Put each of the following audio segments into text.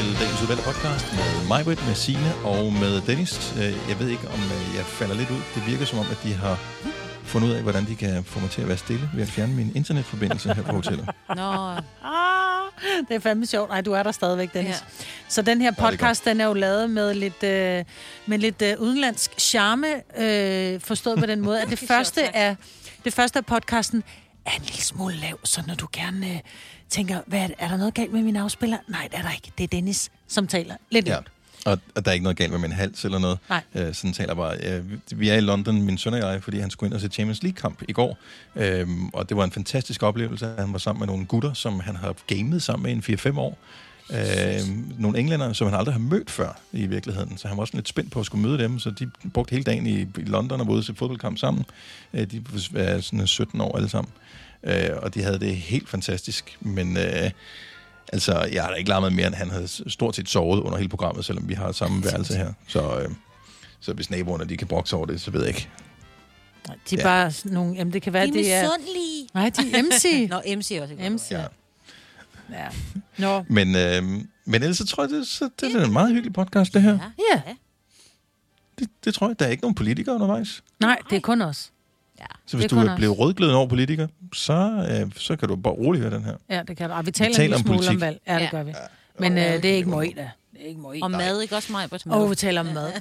til dagens udvalgte podcast med Majbrit, med Signe og med Dennis. Jeg ved ikke, om jeg falder lidt ud. Det virker som om, at de har fundet ud af, hvordan de kan få mig til at være stille ved at fjerne min internetforbindelse her på hotellet. Nå. Det er fandme sjovt. Nej, du er der stadigvæk, Dennis. Ja. Så den her podcast, den er jo lavet med lidt udenlandsk charme, forstået på den måde, at det første af podcasten er en lille smule lav, så når du gerne tænker, er der noget galt med min afspiller? Nej, det er der ikke. Det er Dennis, som taler lidt lavt. Og der er ikke noget galt med min hals eller noget. Nej. Sådan taler bare. Vi er i London, min søn og jeg, fordi han skulle ind og se Champions League-kamp i går. Og det var en fantastisk oplevelse. Han var sammen med nogle gutter, som han har gamet sammen med i 4-5 år. Nogle englænder, som han aldrig har mødt før i virkeligheden. Så han var også lidt spændt på at skulle møde dem. Så de brugte hele dagen i London og var ude til fodboldkamp sammen. De var sådan 17 år alle sammen. Og de havde det helt fantastisk. Men altså, jeg har da ikke larmet mere, end han havde stort set sovet under hele programmet, selvom vi har samme værelse her. Så hvis naboerne, de kan brokse over det, så ved jeg ikke. De er bare sådan nogle... Jamen, det kan være, det er... misundelige. Nej, de er MC. Nå, MC også. MC. Ja. Ja. Nå. Men ellers så tror jeg, det er en meget hyggelig podcast, det her. Ja. Det tror jeg. Der er ikke nogen politikere undervejs. Nej, det er kun os. Ja. Så hvis du er blevet rødglødende over politikere, så kan du bare roligt høre den her. Ja, det kan du. Vi taler en smule om valg. Ja, det gør vi. Men det er ikke Moida. Det er ikke Moida. Og mad, ikke også mig? Vi taler om mad.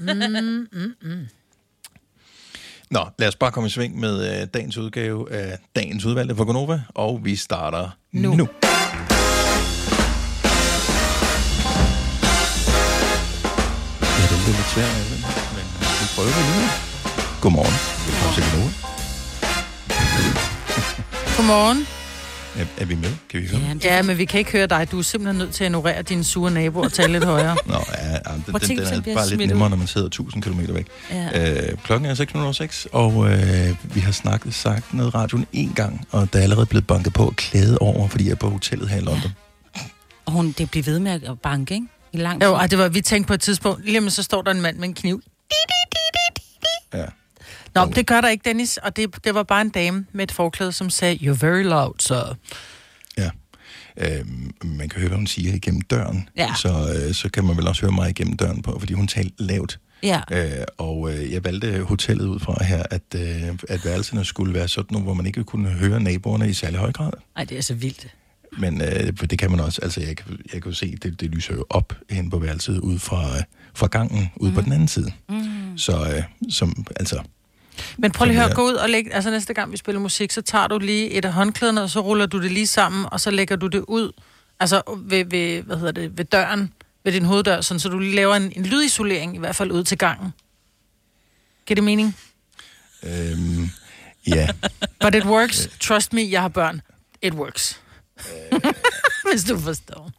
Nå, lad os bare komme i sving med dagens udgave af dagens udvalgte for Gonova, og vi starter nu. Ja, det er lidt svært, men vi prøver det nu. Godmorgen. Velkommen til Gonova. Godmorgen. Er vi med? Kan vi høre? Ja, men vi kan ikke høre dig. Du er simpelthen nødt til at ignorere dine sure naboer og tale lidt højere. Nå, den er bare lidt nemmere, når man sidder 1000 km væk. Ja. Klokken er 6:06, og vi har sagt noget i radioen en gang, og der er allerede blevet banket på og klædet over, fordi jeg er på hotellet her i London. Ja. Og det bliver ved med at banke, ikke? I lang tid. Jo, det var, vi tænkte på et tidspunkt, lige så står der en mand med en kniv. Ja. Nå, det gør der ikke, Dennis, og det var bare en dame med et forklæde, som sagde, you're very loud, så... Ja, man kan høre, hvad hun siger igennem døren, ja. Så kan man vel også høre mig igennem døren på, fordi hun talte lavt. Ja. Og jeg valgte hotellet ud fra her, at værelserne skulle være sådan nogle, hvor man ikke kunne høre naboerne i særlig høj grad. Nej, det er så vildt. Men det kan man også, altså jeg kan jo se, det lyser jo op hen på værelset ud fra gangen, ude på den anden side. Så altså... Men prøv lige at gå ud og lægge, altså næste gang vi spiller musik, så tager du lige et af håndklæderne, og så ruller du det lige sammen, og så lægger du det ud, altså ved døren, ved din hoveddør, sådan, så du lige laver en lydisolering, i hvert fald ud til gangen. Giver det mening? Ja. But it works. Trust me, jeg har børn. It works. Hvis du forstår.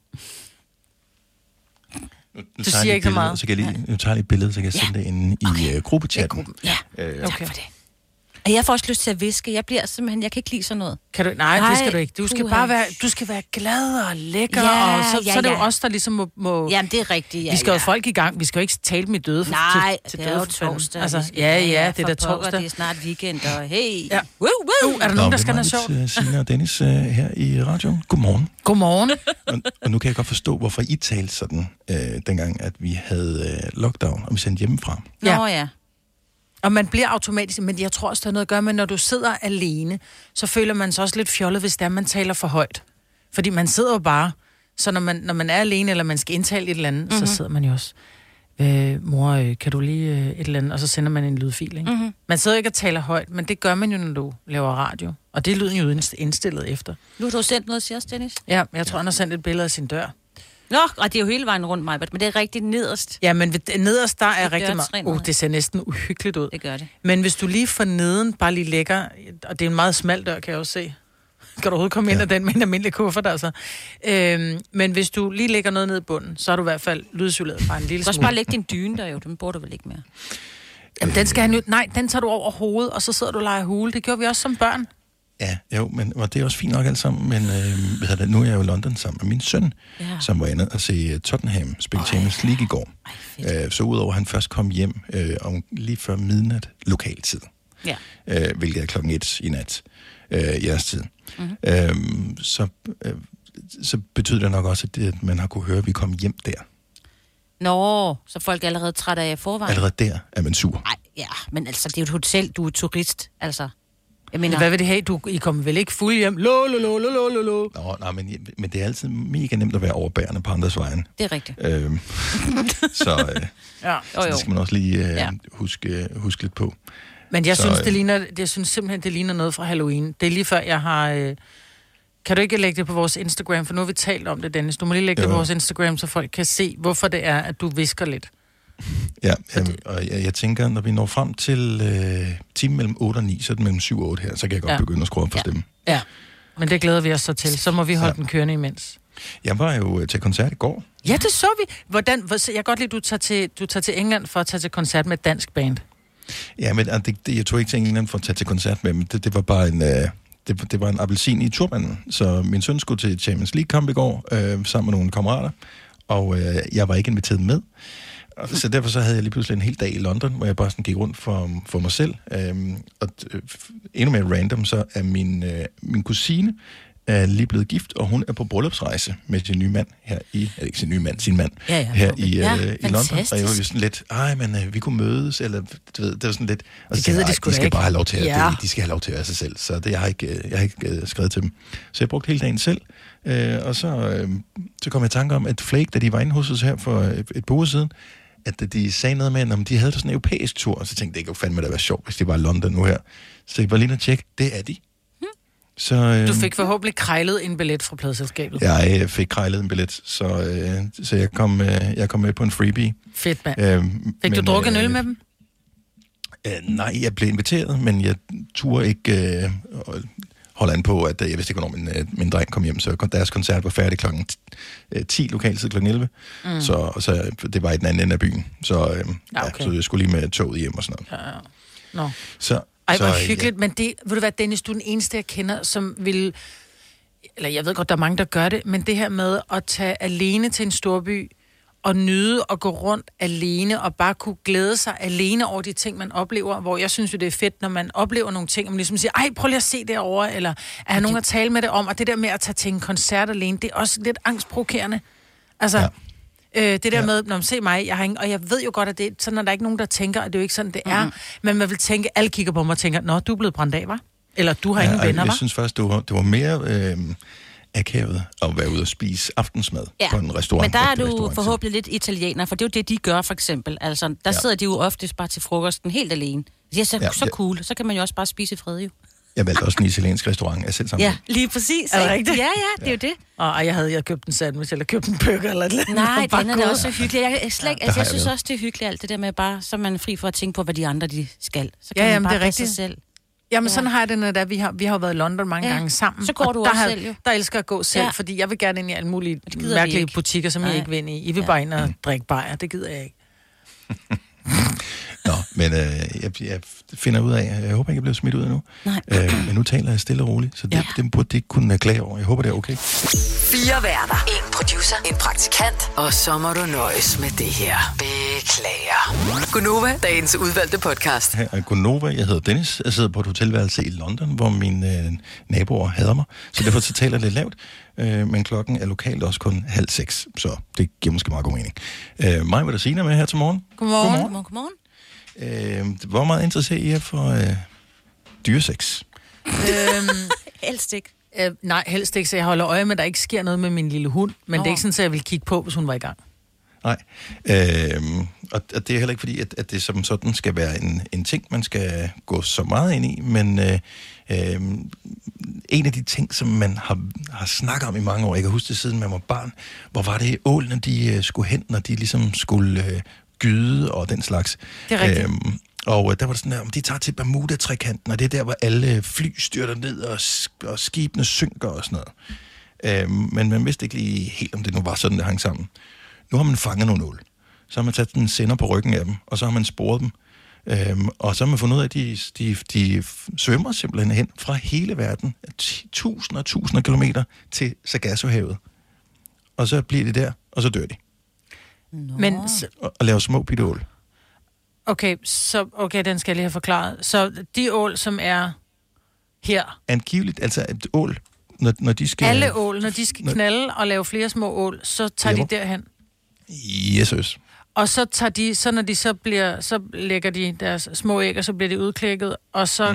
Nu du siger ikke så meget. Så kan jeg nu tager jeg lige et billede, så kan jeg sende det inde i gruppechatten. Ja, tak for det. Og jeg får også lyst til at viske. Jeg kan ikke lide sådan noget. Kan du? Nej, det skal du ikke. Du skal bare være glad og lækker, og så er det jo os, der ligesom må... Jamen, det er rigtigt, Vi skal jo folk i gang. Vi skal jo ikke tale dem i døde. Nej, til det er jo torsdag. Altså, ja, det er da torsdag. Det er snart weekend, og hey. Ja. Er der nogen, der skal have sjovt? Signe og Dennis her i radioen. Godmorgen. Godmorgen. og nu kan jeg godt forstå, hvorfor I talte sådan, dengang, at vi havde lockdown, og vi sendte hjemmefra. Nå ja. Og man bliver automatisk, men jeg tror også, der er noget at gøre med, når du sidder alene, så føler man sig også lidt fjollet, hvis det er, man taler for højt. Fordi man sidder jo bare, så når man er alene, eller man skal indtale et eller andet, så sidder man jo også, mor, kan du lige et eller andet, og så sender man en lydfil, ikke? Man sidder ikke og taler højt, men det gør man jo, når du laver radio. Og det er lyden jo indstillet efter. Nu har du sendt noget til os, Dennis? Ja, jeg tror, han har sendt et billede af sin dør. Nå, og det er jo hele vejen rundt mig, men det er rigtig nederst. Ja, men nederst, der er rigtig meget... det ser næsten uhyggeligt ud. Det gør det. Men hvis du lige for neden bare lige lægger... Og det er en meget smal dør, kan jeg også se. Kan du overhovedet komme ind af den med en almindelig kuffert, altså. Men hvis du lige lægger noget ned i bunden, så er du i hvert fald lydisoleret bare en lille smule. Du kan også bare lægge din dyne der jo, den burde du vel ikke mere. Jamen, den skal han jo... Nej, den tager du over hovedet, og så sidder du og leger hule. Det gjorde vi også som børn. Ja, jo, men og det er også fint nok alt sammen, men nu er jeg jo i London sammen med min søn, som var inde og se Tottenham spille Champions League i går. Så udover at han først kom hjem om lige før midnat lokaltid, hvilket er 1:00 i nat jeres tid, så betyder det nok også, at man har kunne høre, at vi kom hjem der. Nå, så folk er allerede trætte af forvejen. Allerede der er man sur. Nej, ja, men altså, det er jo et hotel, du er turist, altså. Jeg mener... Hvad vil det have? I kommer vel ikke fuld hjem? Lo. Nå, nej, men det er altid mega nemt at være overbærende på andres vejen. Det er rigtigt. Så det skal man også lige huske lidt på. Men jeg synes simpelthen, det ligner noget fra Halloween. Det er lige før, jeg har... Kan du ikke lægge det på vores Instagram? For nu har vi talt om det, Dennis. Du må lige lægge det på vores Instagram, så folk kan se, hvorfor det er, at du visker lidt. Ja, og jeg tænker, når vi når frem til timen mellem 8 og 9, så er det mellem 7 og 8 her, så kan jeg godt begynde at skrue op for stemmen. Ja, men det glæder vi os så til. Så må vi holde den kørende imens. Jeg var jo til koncert i går. Ja, det så vi. Jeg kan godt lide, at du tager til England for at tage til koncert med et dansk band. Ja, men jeg tog ikke til England for at tage til koncert med, men det var bare en... Det var en appelsin i turbanen, så min søn skulle til Champions League-kamp i går, sammen med nogle kammerater, og jeg var ikke inviteret med. Så derfor så havde jeg lige pludselig en hel dag i London, hvor jeg bare sådan gik rundt for mig selv. Og endnu mere random, så er min kusine er lige blevet gift, og hun er på bryllupsrejse med sin nye mand her i... Ikke sin nye mand, sin mand. Her i London. Og jeg var jo sådan lidt, men vi kunne mødes, eller du ved, det var sådan lidt... Og så tænkte jeg, de skal bare have lov til at... De skal have lov til at være sig selv. Så det, jeg har ikke skrevet til dem. Så jeg brugte hele dagen selv. Og så kom jeg i tanke om, at Flake, da de var inde hos os her for et par uger siden, at de sagde noget med, at de havde sådan en europæisk tur, og så tænkte jeg, det kunne fandme da være sjovt, hvis de var i London nu her. Så jeg var lige at tjekke, det er de. Så, du fik forhåbentlig krejlet en billet fra pladeselskabet. Jeg fik krejlet en billet, så jeg kom med på en freebie. Fedt, mand. Fik du drukket en øl med dem? Nej, jeg blev inviteret, men jeg turde ikke holde an på, at jeg vidste ikke, hvornår min dreng kom hjem, så deres koncert var færdig klokken 10 lokaltid klokken 11. Så det var i den anden ende af byen. Så jeg skulle lige med toget hjem og sådan noget. Nå. Så ej, hvor hyggeligt, men det, ved du hvad, Dennis, du er den eneste, jeg kender, som vil, eller jeg ved godt, der er mange, der gør det, men det her med at tage alene til en storby, og nyde at gå rundt alene, og bare kunne glæde sig alene over de ting, man oplever, hvor jeg synes jo, det er fedt, når man oplever nogle ting, og man ligesom siger, ej, prøv lige at se derovre, eller er nogen at tale med det om, og det der med at tage til en koncert alene, det er også lidt angstprovokerende. Altså... det der med, når man ser mig, og jeg ved jo godt, at det er sådan, at der er ikke nogen, der tænker, at det er jo ikke sådan, det er. Men man vil tænke, alle kigger på mig og tænker, nå, du er blevet brændt af, hva'? Eller du har ingen venner, hva'? Jeg synes først, det var mere akavet at være ude og spise aftensmad på en restaurant. Men der er du forhåbentlig lidt italiener, for det er jo det, de gør for eksempel. Altså, der sidder de jo oftest bare til frokosten helt alene. Det er så cool, så kan man jo også bare spise i fred, jo. Jeg valgte også en italiensk restaurant, jeg selv sammen. Ja, lige præcis. Er det rigtigt? Ja, det er jo det. Og jeg havde købt en sandwich, eller købt en burger, eller et eller andet. Nej, den er da også så hyggelig. Jeg synes også, det er hyggeligt, alt det der med bare, så man er fri for at tænke på, hvad de andre de skal. Så kan man bare passe sig selv. Jamen, sådan har jeg det, når vi har jo været i London mange gange sammen. Så går du også selv, jo. Der elsker at gå selv, fordi jeg vil gerne ind i alle mulige mærkelige butikker, som jeg ikke vil ind i. I vil bare ind og drikke bajer, det gider jeg ikke. Nå, men jeg finder ud af, jeg håber ikke, jeg bliver smidt ud endnu. Men nu taler jeg stille og roligt, så det burde de ikke kunne klage over. Jeg håber, det er okay. 4 værter, 1 producer, en praktikant, og så må du nøjes med det her. Beklager. Gunova, dagens udvalgte podcast. Her er Gunova, jeg hedder Dennis. Jeg sidder på et hotelværelse i London, hvor mine naboer hader mig, så derfor så taler jeg lidt lavt. Men klokken er lokalt også kun 5:30, så det giver måske meget god mening. Mig var der Signe med her til morgen. Godmorgen. Hvor meget interesseret I er for dyresex? Helst ikke. Nej, helst ikke, så jeg holder øje med, at der ikke sker noget med min lille hund. Men det er ikke sådan, at jeg vil kigge på, hvis hun var i gang. Nej, og det er heller ikke fordi, at det som sådan skal være en ting, man skal gå så meget ind i, men en af de ting, som man har snakket om i mange år, jeg kan huske det siden man var barn, hvor var det ålene, de skulle hen, når de ligesom skulle gyde og den slags. Det er rigtigt. Og der var det sådan der, om de tager til Bermuda-trekanten, og det er der, hvor alle fly styrter ned, og skibene synker og sådan noget. Men man vidste ikke lige helt, om det nu var sådan, det hang sammen. Nu har man fanget nogle ål. Så har man taget en sender på ryggen af dem, og så har man sporet dem. Og så har man fundet ud af, at de svømmer simpelthen hen fra hele verden, tusinder kilometer til Sargassohavet. Og så bliver de der, og så dør de. Men, og laver små bitte ål. Okay, den skal jeg lige have forklaret. Så de ål, som er her... Angiveligt, altså et ål, når de skal... Alle ål, når de skal knalde og lave flere små ål, så tager de derhen? Jesus. Og så tager de, så når de så lægger de deres små æg, og så bliver de udklækket, og så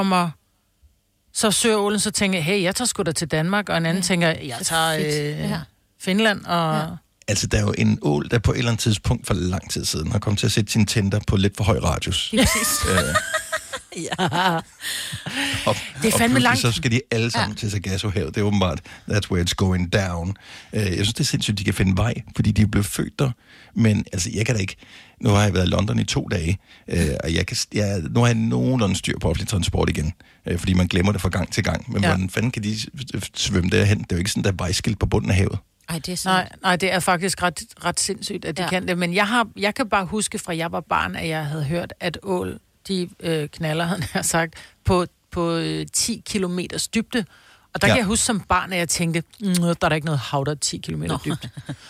så søger ålen, så tænker hey, jeg tager sgu da til Danmark, og en anden tænker, jeg tager Finland, og... Ja. Altså, der er jo en ål, der på et eller andet tidspunkt for lang tid siden har kommet til at sætte sine tænder på lidt for høj radius. Ja, præcis. Ja. Det er fandme langt. Så skal de alle sammen til Sargassohavet. Det er åbenbart, that's where it's going down. Jeg synes, det er sindssygt, de kan finde vej, fordi de er blevet født der. Men altså, jeg kan da ikke... Nu har jeg været i London i 2 dage, og nu har jeg nogenlunde styr på offentlig transport igen, fordi man glemmer det fra gang til gang. Men hvordan fanden kan de svømme derhen? Det er jo ikke sådan, der er vejskilt på bunden af havet. Ej, det er nej, det er faktisk ret sindssygt, at de kan det. Men jeg kan bare huske fra jeg var barn, at jeg havde hørt, at ål, de knaller, havde jeg sagt, på 10 kilometers dybde. Og der kan jeg huske som barn, at jeg tænkte, der er der ikke noget hav, der er 10 kilometer dybt.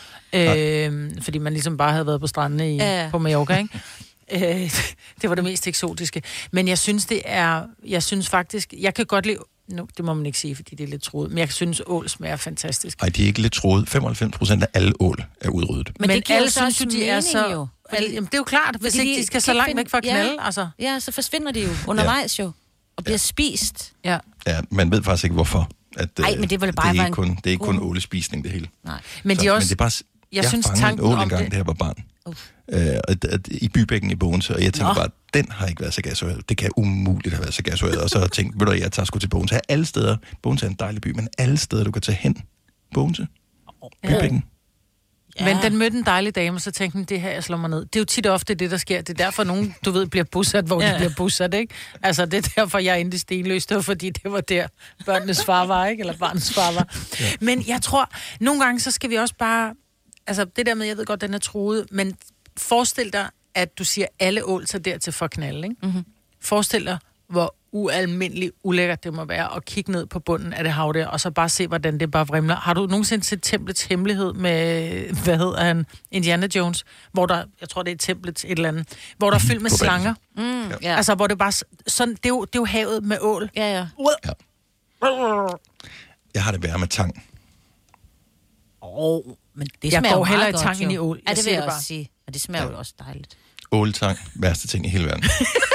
Fordi man ligesom bare havde været på strandene på Mallorca, ikke? Det var det mest eksotiske. Men jeg synes faktisk, jeg kan godt lide, det må man ikke sige, fordi det er lidt troet, men jeg synes, ål smager fantastisk. Nej, de er ikke lidt troet. 95% af alle ål er udryddet. Men alle synes jo, de er så... Jamen, det er jo klart, hvis ikke de skal så langt væk fra knalde, altså. Ja, så forsvinder de jo undervejs jo, og bliver spist. Ja, man ved faktisk ikke, hvorfor. Nej, men det var bare det er ikke kun ålespisning, det hele. Nej. Men de også... Men det er bare... Jeg synes, tanken om det... da jeg var barn. I Bybækken i Bogense, og jeg tænkte bare, den har ikke været Sargassohavet. Det kan umuligt have været Sargassohavet. Og så har jeg tænkt, ved du, jeg tager sgu til Bogense. Alle steder, Bogense er en dejlig by, men alle steder, du kan tage hen. Bogense, Bybækken. Ja. Men den mødte en dejlig dame, og så tænkte den, det her, jeg slår mig ned. Det er jo tit ofte det, der sker. Det er derfor, nogen, du ved, bliver bosat, hvor de bliver bosat, ikke? Altså, det er derfor, jeg endte stenløs. Det var, fordi det var der, børnenes far var, ikke? Eller barnets far var. Ja. Men jeg tror, nogle gange, så skal vi også bare... Altså, det der med, jeg ved godt, den er truet, men forestil dig, at du siger, alle ål tager dertil for knalde, ikke? Mm-hmm. Forestil dig, hvor ualmindeligt ulækkert det må være at kigge ned på bunden af det hav der, og så bare se, hvordan det bare vrimler. Har du nogensinde set Templets Hemmelighed med, hvad hedder han, Indiana Jones, hvor der, jeg tror det er Templets et eller andet, hvor der er fyldt med slanger. Ja. Altså, hvor det bare, sådan, det er jo havet med ål. Ja. Jeg har det værre med tang. Men det smager jeg går heller i godt, tang ind i ål. Ja, det vil jeg også sige. Og det smager jo også dejligt. Åletang, værste ting i hele verden.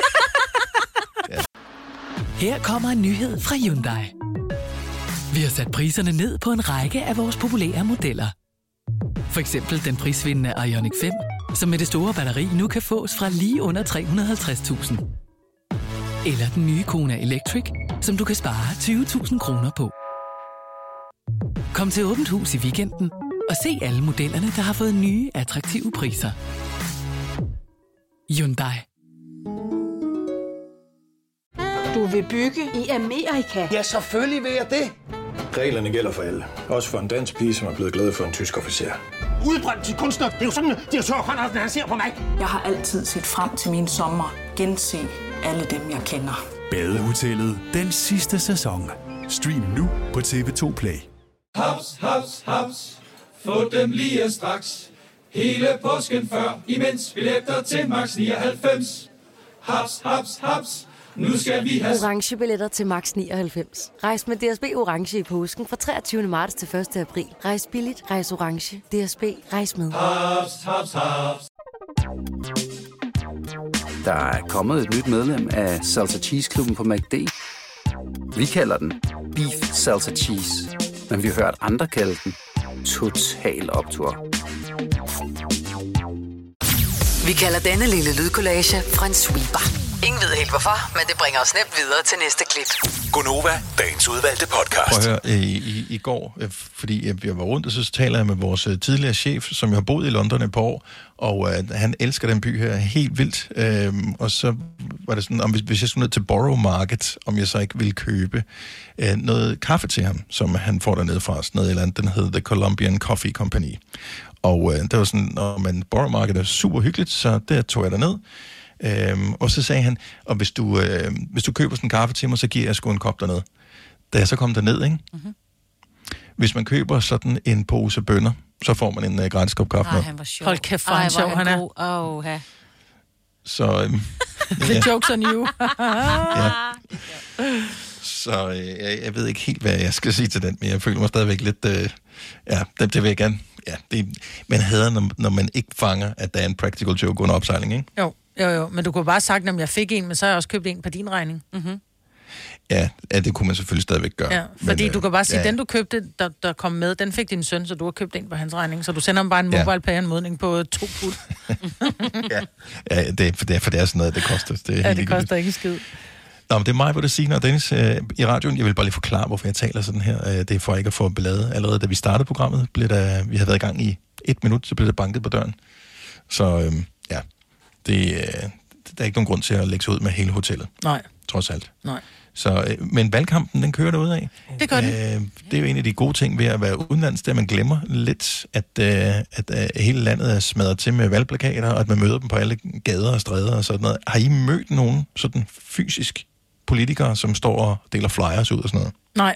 Her kommer en nyhed fra Hyundai. Vi har sat priserne ned på en række af vores populære modeller. For eksempel den prisvindende Ioniq 5, som med det store batteri nu kan fås fra lige under 350.000. Eller den nye Kona Electric, som du kan spare 20.000 kroner på. Kom til Åbent Hus i weekenden og se alle modellerne, der har fået nye, attraktive priser. Hyundai. Du vil bygge i Amerika? Ja, selvfølgelig vil jeg det. Reglerne gælder for alle. Også for en dansk pige, som er blevet glad for en tysk officer. Udbrændt til kunstner. Det er jo sådan, at direktør Conradsen, han ser på mig. Jeg har altid set frem til min sommer. Gense alle dem, jeg kender. Badehotellet. Den sidste sæson. Stream nu på TV2 Play. Haps, haps, haps. Få dem lige straks. Hele påsken før, imens billetter til max 99. Haps, haps, haps. Nu skal vi have orange billetter til max 99. Rejs med DSB orange i påsken fra 23. marts til 1. april. Rejs billigt, rejs orange. DSB, rejs med. Haps, haps, haps. Der er kommet et nyt medlem af Salsa Cheese Klubben på McD. Vi kalder den Beef Salsa Cheese, men vi har hørt andre kalde den Total Optur. Vi kalder denne lille lydkollage en sweeper. Ingen ved helt hvorfor, men det bringer os nemt videre til næste klip. Gonova, dagens udvalgte podcast. Prøv at høre, i går, fordi jeg var rundt, og så taler jeg med vores tidligere chef, som jo har boet i London et par år, og han elsker den by her helt vildt. Og så var det sådan, hvis jeg skulle ned til Borough Market, om jeg så ikke ville købe noget kaffe til ham, som han får dernede fra, sådan noget eller andet, den hed The Colombian Coffee Company. Og det var sådan, Borough Market er super hyggeligt, så der tog jeg derned. Og så sagde han, og hvis du køber sådan en kaffe til mig, så giver jeg sgu en kop dernede. Da jeg så kom derned, ikke? Mm-hmm. Hvis man køber sådan en pose bønner, så får man en gratis kop kaffe med. Han var sjov. Hold kæft, for han sjov, han er. Så... The joke's on you. Ja. Så jeg ved ikke helt, hvad jeg skal sige til den, men jeg føler mig stadigvæk lidt... det vil jeg gerne... man hader, når man ikke fanger, at der er en practical joke under opsejling, ikke? Jo. Men du kunne bare sagt, at jeg fik en, men så har jeg også købt en på din regning. Mm-hmm. Ja, det kunne man selvfølgelig stadigvæk gøre. Ja, fordi men, du kan bare sige, den du købte, der kom med, den fik din søn, så du har købt en på hans regning. Så du sender ham bare en mobile pay-anmodning på 2 pund. det er sådan noget, det koster. Det koster ikke skid. Nå, men det er mig, hvor det siger, og Dennis i radioen. Jeg vil bare lige forklare, hvorfor jeg taler sådan her. Det er for ikke at få ballade. Allerede da vi startede programmet, vi havde været i gang i 1 minut, så blev der banket på døren. Så der er ikke nogen grund til at lægge sig ud med hele hotellet. Nej. Trods alt. Nej. Så, men valgkampen, den kører derudad. Det gør den. Det er jo en af de gode ting ved at være udenlands, det er, at man glemmer lidt, at hele landet er smadret til med valgplakater, og at man møder dem på alle gader og stræder og sådan noget. Har I mødt nogen sådan fysisk politikere, som står og deler flyers ud og sådan noget? Nej,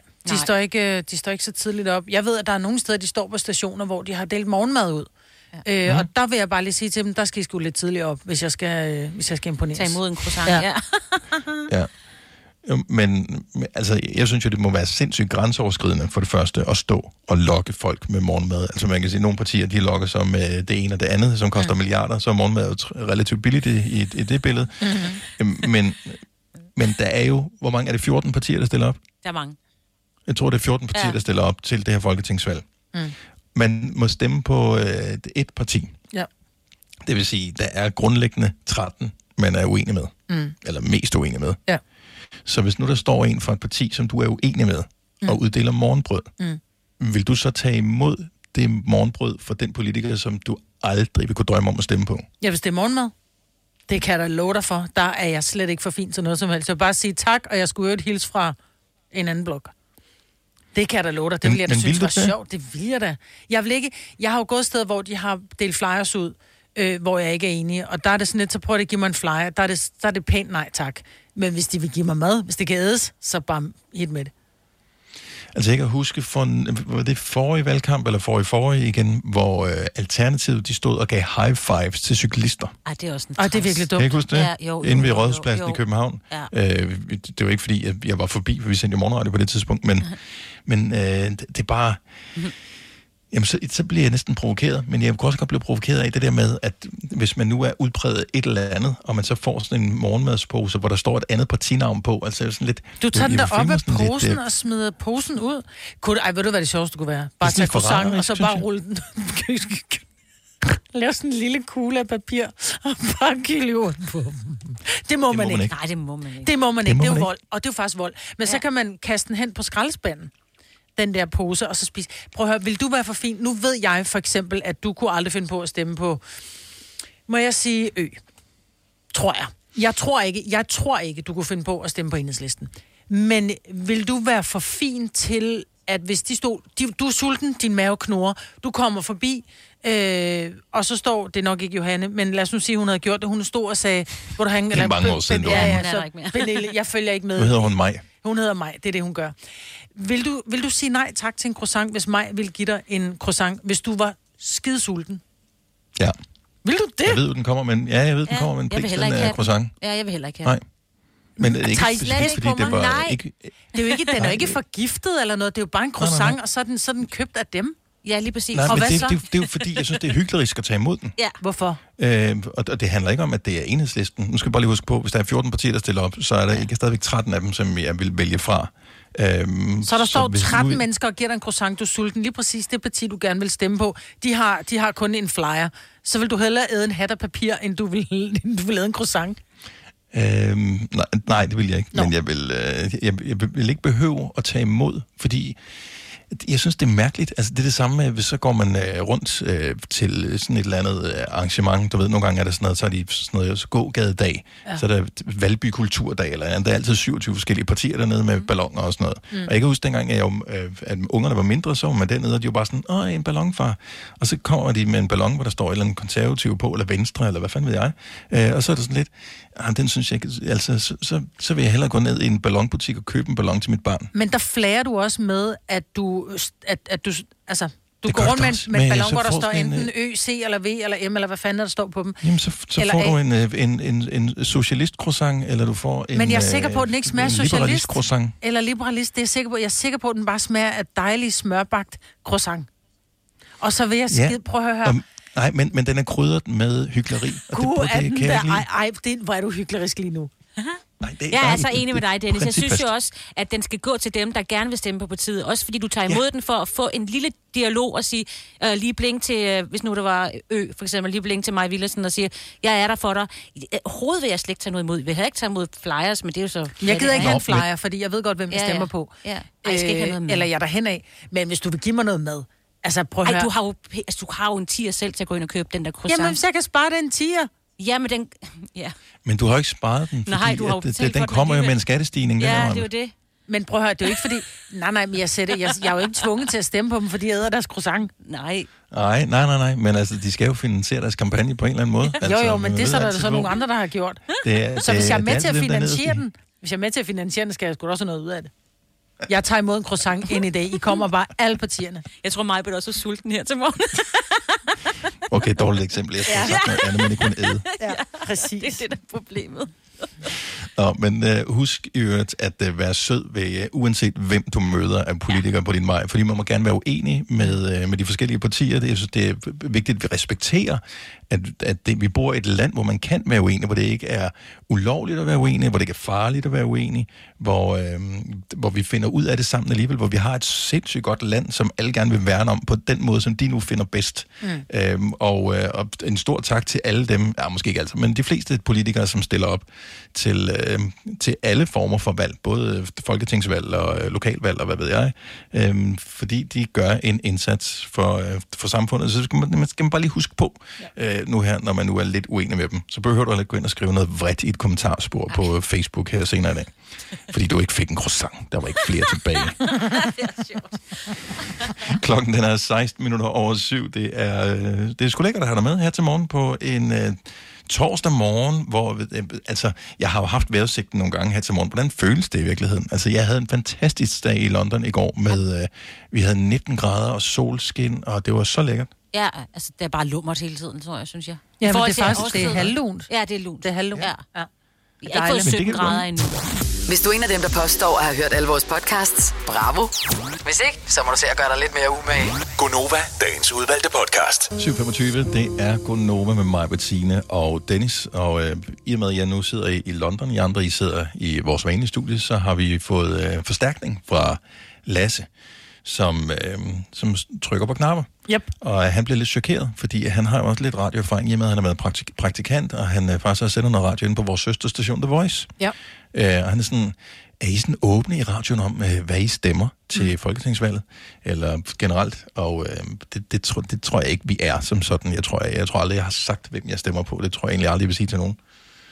de står ikke så tidligt op. Jeg ved, at der er nogle steder, de står på stationer, hvor de har delt morgenmad ud. Ja. Og der vil jeg bare lige sige til dem, der skal I sgu lidt tidligt op, hvis jeg skal imponeres. Tag imod en croissant, ja. Men altså, jeg synes jo, det må være sindssygt grænseoverskridende for det første at stå og lokke folk med morgenmad. Altså man kan sige, at nogle partier, de lokker sig med det ene og det andet, som koster milliarder, så er morgenmad jo relativt billigt i det billede. Mm-hmm. Men der er jo, hvor mange er det, 14 partier, der stiller op? Der er mange. Jeg tror, det er 14 partier, der stiller op til det her folketingsvalg. Man må stemme på et parti. Ja. Det vil sige, der er grundlæggende 13, man er uenig med. Eller mest uenig med. Ja. Så hvis nu der står en fra et parti, som du er uenig med, og uddeler morgenbrød, vil du så tage imod det morgenbrød for den politiker, som du aldrig vil kunne drømme om at stemme på? Ja, hvis det er morgenmad. Det kan jeg da love dig for. Der er jeg slet ikke for fint til noget som helst. Jeg vil bare sige tak, og jeg skulle jo hilse fra en anden blok. Det kan jeg da love dig. Det vil jeg da synes var sjovt. Det vil jeg da. Jeg har jo gået steder, hvor de har delt flyers ud, hvor jeg ikke er enig. Og der er det sådan lidt, så prøver de at give mig en flyer. Der er det pænt nej tak. Men hvis de vil give mig mad, hvis det kan ædes, så bare hit med det. Altså jeg kan huske, var det forrige valgkamp, eller forrige igen, hvor Alternativet, de stod og gav high fives til cyklister. Ej, det er også en det er virkelig dumt. Kan I ikke huske det? Ja, jo, Inden ved Rådhuspladsen i København. Ja. Det var ikke fordi, jeg var forbi, for vi sendte jo morgenradio på det tidspunkt, men det er bare... Jamen, så bliver jeg næsten provokeret, men jeg kunne også godt blive provokeret af det der med, at hvis man nu er udpræget et eller andet, og man så får sådan en morgenmadspose, hvor der står et andet partinavn på, altså sådan lidt... Du tager den der op af posen og smider posen ud. Ved du, hvad det sjoveste kunne være? Bare tage croissant, og så bare rulle den. Lav sådan en lille kugle af papir, og bare kylde ud på. Det må man ikke. Nej, det må man ikke. Det må man ikke. Det er jo vold, og det er jo faktisk vold. Men så kan man kaste den hen på skraldespanden. Den der pose, og så spise. Prøv at høre, vil du være for fin? Nu ved jeg for eksempel, at du kunne aldrig finde på at stemme på, må jeg sige, tror jeg. Jeg tror ikke, du kunne finde på at stemme på Enhedslisten. Men vil du være for fin til, at hvis de stod, du er sulten, din mave knurrer, du kommer forbi, og så står, det er nok ikke Johanne, men lad os nu sige, hun havde gjort det, hun stod og sagde, hvor du hænge... Det er mange år siden, Pernille, jeg følger ikke med. Nu hedder hun Maj. Hun hedder Maj, det er det, hun gør. Vil du sige nej tak til en croissant, hvis Maj ville give dig en croissant, hvis du var skidesulten? Ja. Vil du det? Jeg ved, den kommer, men den kommer med en pris, den er croissant. Ja, jeg vil heller ikke have nej. Men det er ikke, fordi det var ikke... Det er jo ikke, den er ikke forgiftet eller noget, det er jo bare en croissant, og så er den købt af dem. Ja, lige præcis. Nej, og men det er jo fordi, jeg synes, det er hyklerisk at tage imod den. Ja. Hvorfor? Og det handler ikke om, at det er Enhedslisten. Nu skal jeg bare lige huske på, hvis der er 14 partier, der stiller op, så er der ikke stadigvæk 13 af dem, som jeg vil vælge fra. Så der står 13 mennesker og giver dig en croissant, du er sulten. Lige præcis det parti, du gerne vil stemme på, de har kun en flyer. Så vil du hellere æde en hat af papir, end du vil æde en croissant? Nej, det vil jeg ikke. Men jeg vil ikke behøve at tage imod, fordi jeg synes, det er mærkeligt. Altså, det er det samme med, hvis så går man rundt til sådan et eller andet arrangement. Du ved, nogle gange er der sådan noget, så er de sådan noget gågadedag. Ja. Så er der Valby Kulturdag, eller andet. Der er altid 27 forskellige partier dernede med balloner og sådan noget. Og jeg kan huske dengang, at ungerne var mindre, så var man dernede, og de var bare sådan, en ballonfar. Og så kommer de med en ballon, hvor der står et eller andet konservativ på, eller venstre, eller hvad fanden ved jeg. Og så er der sådan lidt, den synes jeg ikke, altså, så vil jeg hellere gå ned i en ballonbutik og købe en ballon til mit barn. Men der flager du også med, at du altså, du går rundt med en ballon, hvor der står enten Ø, C eller V eller M, eller hvad fanden der står på dem. Jamen, så får du en socialist-croissant, eller du får en... Men jeg er sikker på, at den ikke smager socialist. Eller liberalist. Det er jeg sikker på. Jeg er sikker på, at den bare smager af dejlig smørbagt croissant. Og så vil jeg prøv at høre. Nej, men den er krydret med hykleri. Hvor er du hyklerisk lige nu. Jeg er så enig med dig, Dennis. Jeg synes jo også, at den skal gå til dem, der gerne vil stemme på partiet. Også fordi du tager imod den for at få en lille dialog og sige, lige blink til, hvis nu der var for eksempel, lige blink til Maja Villadsen og sige, jeg er der for dig. Overhovedet vil jeg slet ikke tage noget imod. Vi har ikke taget imod flyers, men det er jo så... Jeg gider ikke have en flyer, fordi jeg ved godt, hvem jeg stemmer på. Ja. Jeg skal ikke have noget med. Eller jeg er derhen af. Men hvis du vil give mig noget med, altså prøv at høre. Du har jo en 10'er selv til at gå ind og købe den der croissant. Jamen, så jeg kan spare den 10'er. Ja, men den... Ja. Men du har ikke sparet den, fordi nej, du har den kommer jo med en skattestigning. Ja, det er jo det. Men prøv at høre, det er jo ikke fordi... Nej, men jeg er jo ikke tvunget til at stemme på dem, fordi jeg æder deres croissant. Nej. Nej, men altså, de skal jo finansiere deres kampagne på en eller anden måde. Altså, jo, men det så der så nogle andre, der har gjort. Så hvis jeg er med til at finansiere den, skal jeg sgu da også have noget ud af det. Jeg tager imod en croissant ind i dag. I kommer bare alle partierne. Jeg tror mig, at også er sulten her til morgen. Okay, dårligt eksempel. Jeg tror sagt noget andet, men ikke kun æde. Ja, præcis. Det er det, der er problemet. Nå, men husk i øvrigt at være sød ved, uanset hvem du møder af politikere på din vej, fordi man må gerne være uenig med de forskellige partier. Jeg synes, det er vigtigt, at vi respekterer, at vi bor i et land, hvor man kan være uenig, hvor det ikke er ulovligt at være uenig, hvor det ikke er farligt at være uenig, hvor vi finder ud af det sammen alligevel, hvor vi har et sindssygt godt land, som alle gerne vil værne om på den måde, som de nu finder bedst. Og en stor tak til alle dem, måske ikke altid, men de fleste politikere, som stiller op til alle former for valg, både folketingsvalg og lokalvalg og hvad ved jeg, fordi de gør en indsats for samfundet. Så skal man bare lige huske på, nu her, når man nu er lidt uenig med dem, så behøver du heller ikke gå ind og skrive noget vredt i et kommentarspor på Facebook her senere i dag. Fordi du ikke fik en croissant. Der var ikke flere tilbage. Det er sjovt. Klokken den er 7:16. Det er sgu lækkert at have dig med her til morgen på en torsdag morgen, hvor jeg har jo haft vejrudsigten nogle gange her til morgen. Hvordan føles det i virkeligheden? Altså, jeg havde en fantastisk dag i London i går med, vi havde 19 grader og solskin, og det var så lækkert. Ja, altså, det er bare lummert hele tiden, tror jeg, synes jeg. Ja, men det er faktisk, det er halvlunt. Ja, det er lunt. Det er halvlunt. Ja. Vi har ikke fået 17 grader endnu. Hvis du er en af dem, der påstår at have hørt alle vores podcasts, bravo. Hvis ikke, så må du se at gøre dig lidt mere umage. Gonova, dagens udvalgte podcast. 7:25, det er Gonova med mig, Bettine og Dennis. Og i og med, at jeg nu sidder i London, I andre I sidder i vores vanlige studie, så har vi fået forstærkning fra Lasse, som trykker på knapper. Yep. Og han bliver lidt chokeret, fordi han har jo også lidt radioerfaring i og med, at han har været praktikant, og han faktisk har sendt noget radio inde på vores søsterstation The Voice. Ja. Og han er sådan, er I sådan åbne i radioen om, hvad I stemmer til folketingsvalget? Eller generelt? Og det tror jeg ikke, vi er som sådan. Jeg tror aldrig, jeg har sagt, hvem jeg stemmer på. Det tror jeg egentlig aldrig, jeg vil sige til nogen.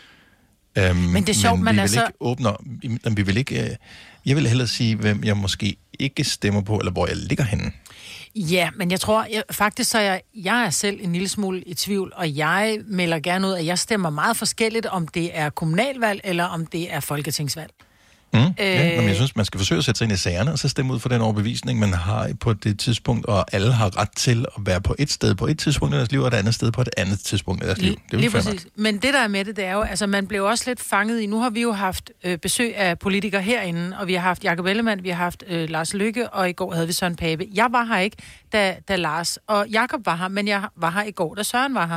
Men det er sjovt, men vi vil ikke åbne, vi vil ikke... Jeg vil hellere sige, hvem jeg måske ikke stemmer på, eller hvor jeg ligger henne. Ja, men jeg tror, faktisk så jeg er selv en lille smule i tvivl, og jeg melder gerne ud, at jeg stemmer meget forskelligt, om det er kommunalvalg, eller om det er folketingsvalg. Men jeg synes, man skal forsøge at sætte sig ind i sagerne, og så stemme ud for den overbevisning, man har på det tidspunkt, og alle har ret til at være på et sted på et tidspunkt i deres liv, og et andet sted på et andet tidspunkt i deres liv. Det er lige præcis. Men det, der er med det er jo, altså man blev også lidt fanget i, nu har vi jo haft besøg af politikere herinde, og vi har haft Jakob Ellemann, vi har haft Lars Løkke, og i går havde vi Søren Pape. Jeg var her ikke, da Lars og Jakob var her, men jeg var her i går, da Søren var her.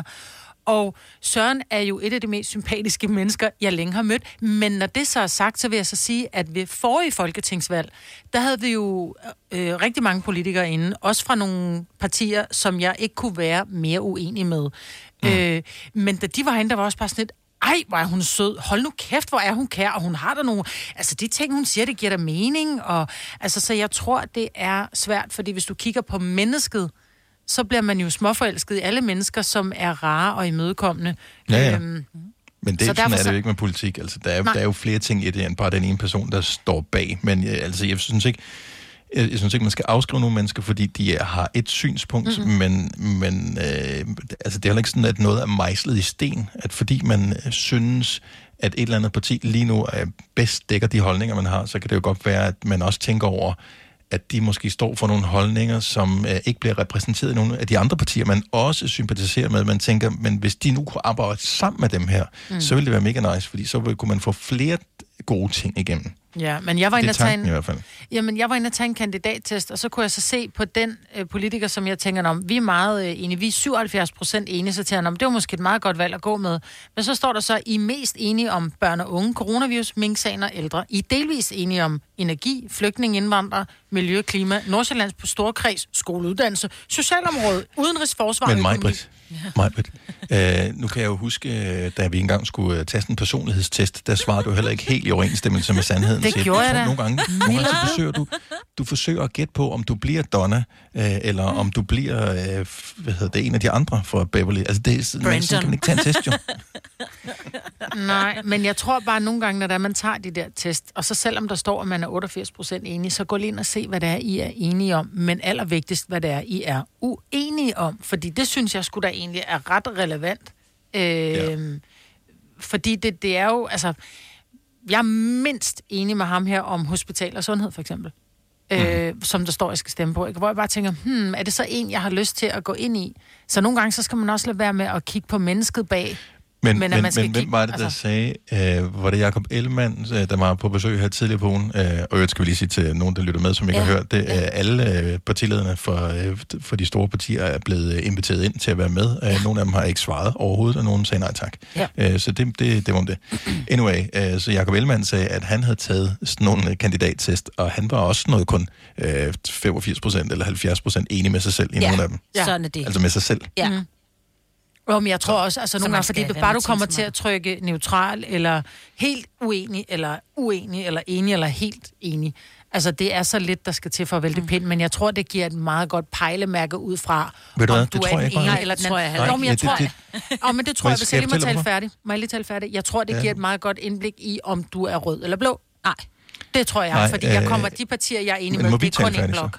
Og Søren er jo et af de mest sympatiske mennesker, jeg længe har mødt. Men når det så er sagt, så vil jeg så sige, at ved forrige folketingsvalg, der havde vi jo rigtig mange politikere inde, også fra nogle partier, som jeg ikke kunne være mere uenig med. Men da de var herinde, der var også bare sådan lidt, ej, hvor er hun sød. Hold nu kæft, hvor er hun kær, og hun har der nogle... Altså, de ting, hun siger, det giver da mening. Og, altså, så jeg tror, det er svært, fordi hvis du kigger på mennesket, så bliver man jo småforelsket i alle mennesker, som er rare og imødekommende. Ja. Men det, sådan er det jo ikke med politik. Altså, der er jo flere ting i det, end bare den ene person, der står bag. Men altså, jeg synes ikke, man skal afskrive nogle mennesker, fordi de har et synspunkt, men altså, det er heller ikke sådan, at noget er mejslet i sten. At fordi man synes, at et eller andet parti lige nu bedst dækker de holdninger, man har, så kan det jo godt være, at man også tænker over, at de måske står for nogle holdninger, som ikke bliver repræsenteret i nogle af de andre partier, man også sympatiserer med. Man tænker, men hvis de nu kunne arbejde sammen med dem her, så ville det være mega nice, fordi så kunne man få flere gode ting igennem. Ja, men jeg var inde at tage i hvert fald. Jamen, jeg var inde at tage en kandidattest, og så kunne jeg så se på den politiker, som jeg tænker om, vi er meget enige, vi er 77% enige, så tænker jeg, det var måske et meget godt valg at gå med. Men så står der så, I er mest enige om børn og unge, coronavirus, minksagen og ældre. I er delvis enige om energi, flygtning, indvandrere, miljø, klima, Nordsjællands på storkreds, skoleuddannelse, socialområde, udenrigsforsvar og økonomi. Majbrit. Nu kan jeg jo huske, da vi engang skulle teste en personlighedstest, der svarede du heller ikke helt i overensstemmelse med sandheden. Det gjorde jeg da. Nogle gange så forsøger du forsøger at gætte på, om du bliver Donna, eller om du bliver, en af de andre fra Beverly. Altså, det er sådan kan man ikke tage en test, jo. Nej, men jeg tror bare nogle gange, når man tager de der test, og så selvom der står, at man er 88% enige, så gå lige ind og se, hvad det er, I er enige om. Men allervigtigst, hvad det er, I er uenige om. Fordi det synes jeg sgu da egentlig er ret relevant. Fordi det er jo, altså, jeg er mindst enig med ham her om hospital og sundhed, for eksempel. Som der står, jeg skal stemme på. Hvor jeg bare tænker, er det så en, jeg har lyst til at gå ind i? Så nogle gange, så skal man også lade være med at kigge på mennesket bag. Men hvem var det, der sagde, var det Jakob Ellemann, der var på besøg her tidligere på ugen, og skal vi lige sige til nogen, der lytter med, som ikke har hørt det, alle partilederne for de store partier er blevet inviteret ind til at være med. Nogle af dem har ikke svaret overhovedet, og nogen sagde nej tak. Så det var om det. Anyway, så Jakob Ellemann sagde, at han havde taget sådan nogle kandidattest, og han var også noget kun 85% eller 70% enig med sig selv i nogle af dem. Sådan er det. Altså med sig selv. Ja. Men jeg tror også, altså nogle gange, fordi bare du kommer til at trykke neutral, eller helt uenig, eller enig, eller helt enig. Altså, det er så lidt, der skal til for at vælge pind, men jeg tror, det giver et meget godt pejlemærke ud fra, om du er den ene eller den anden. Men det tror jeg, hvis jeg lige må tale færdig. Jeg tror, det giver et meget godt indblik i, om du er rød eller blå. Nej. Det tror jeg, fordi jeg kommer de partier, jeg er enig med, det er kun en blok.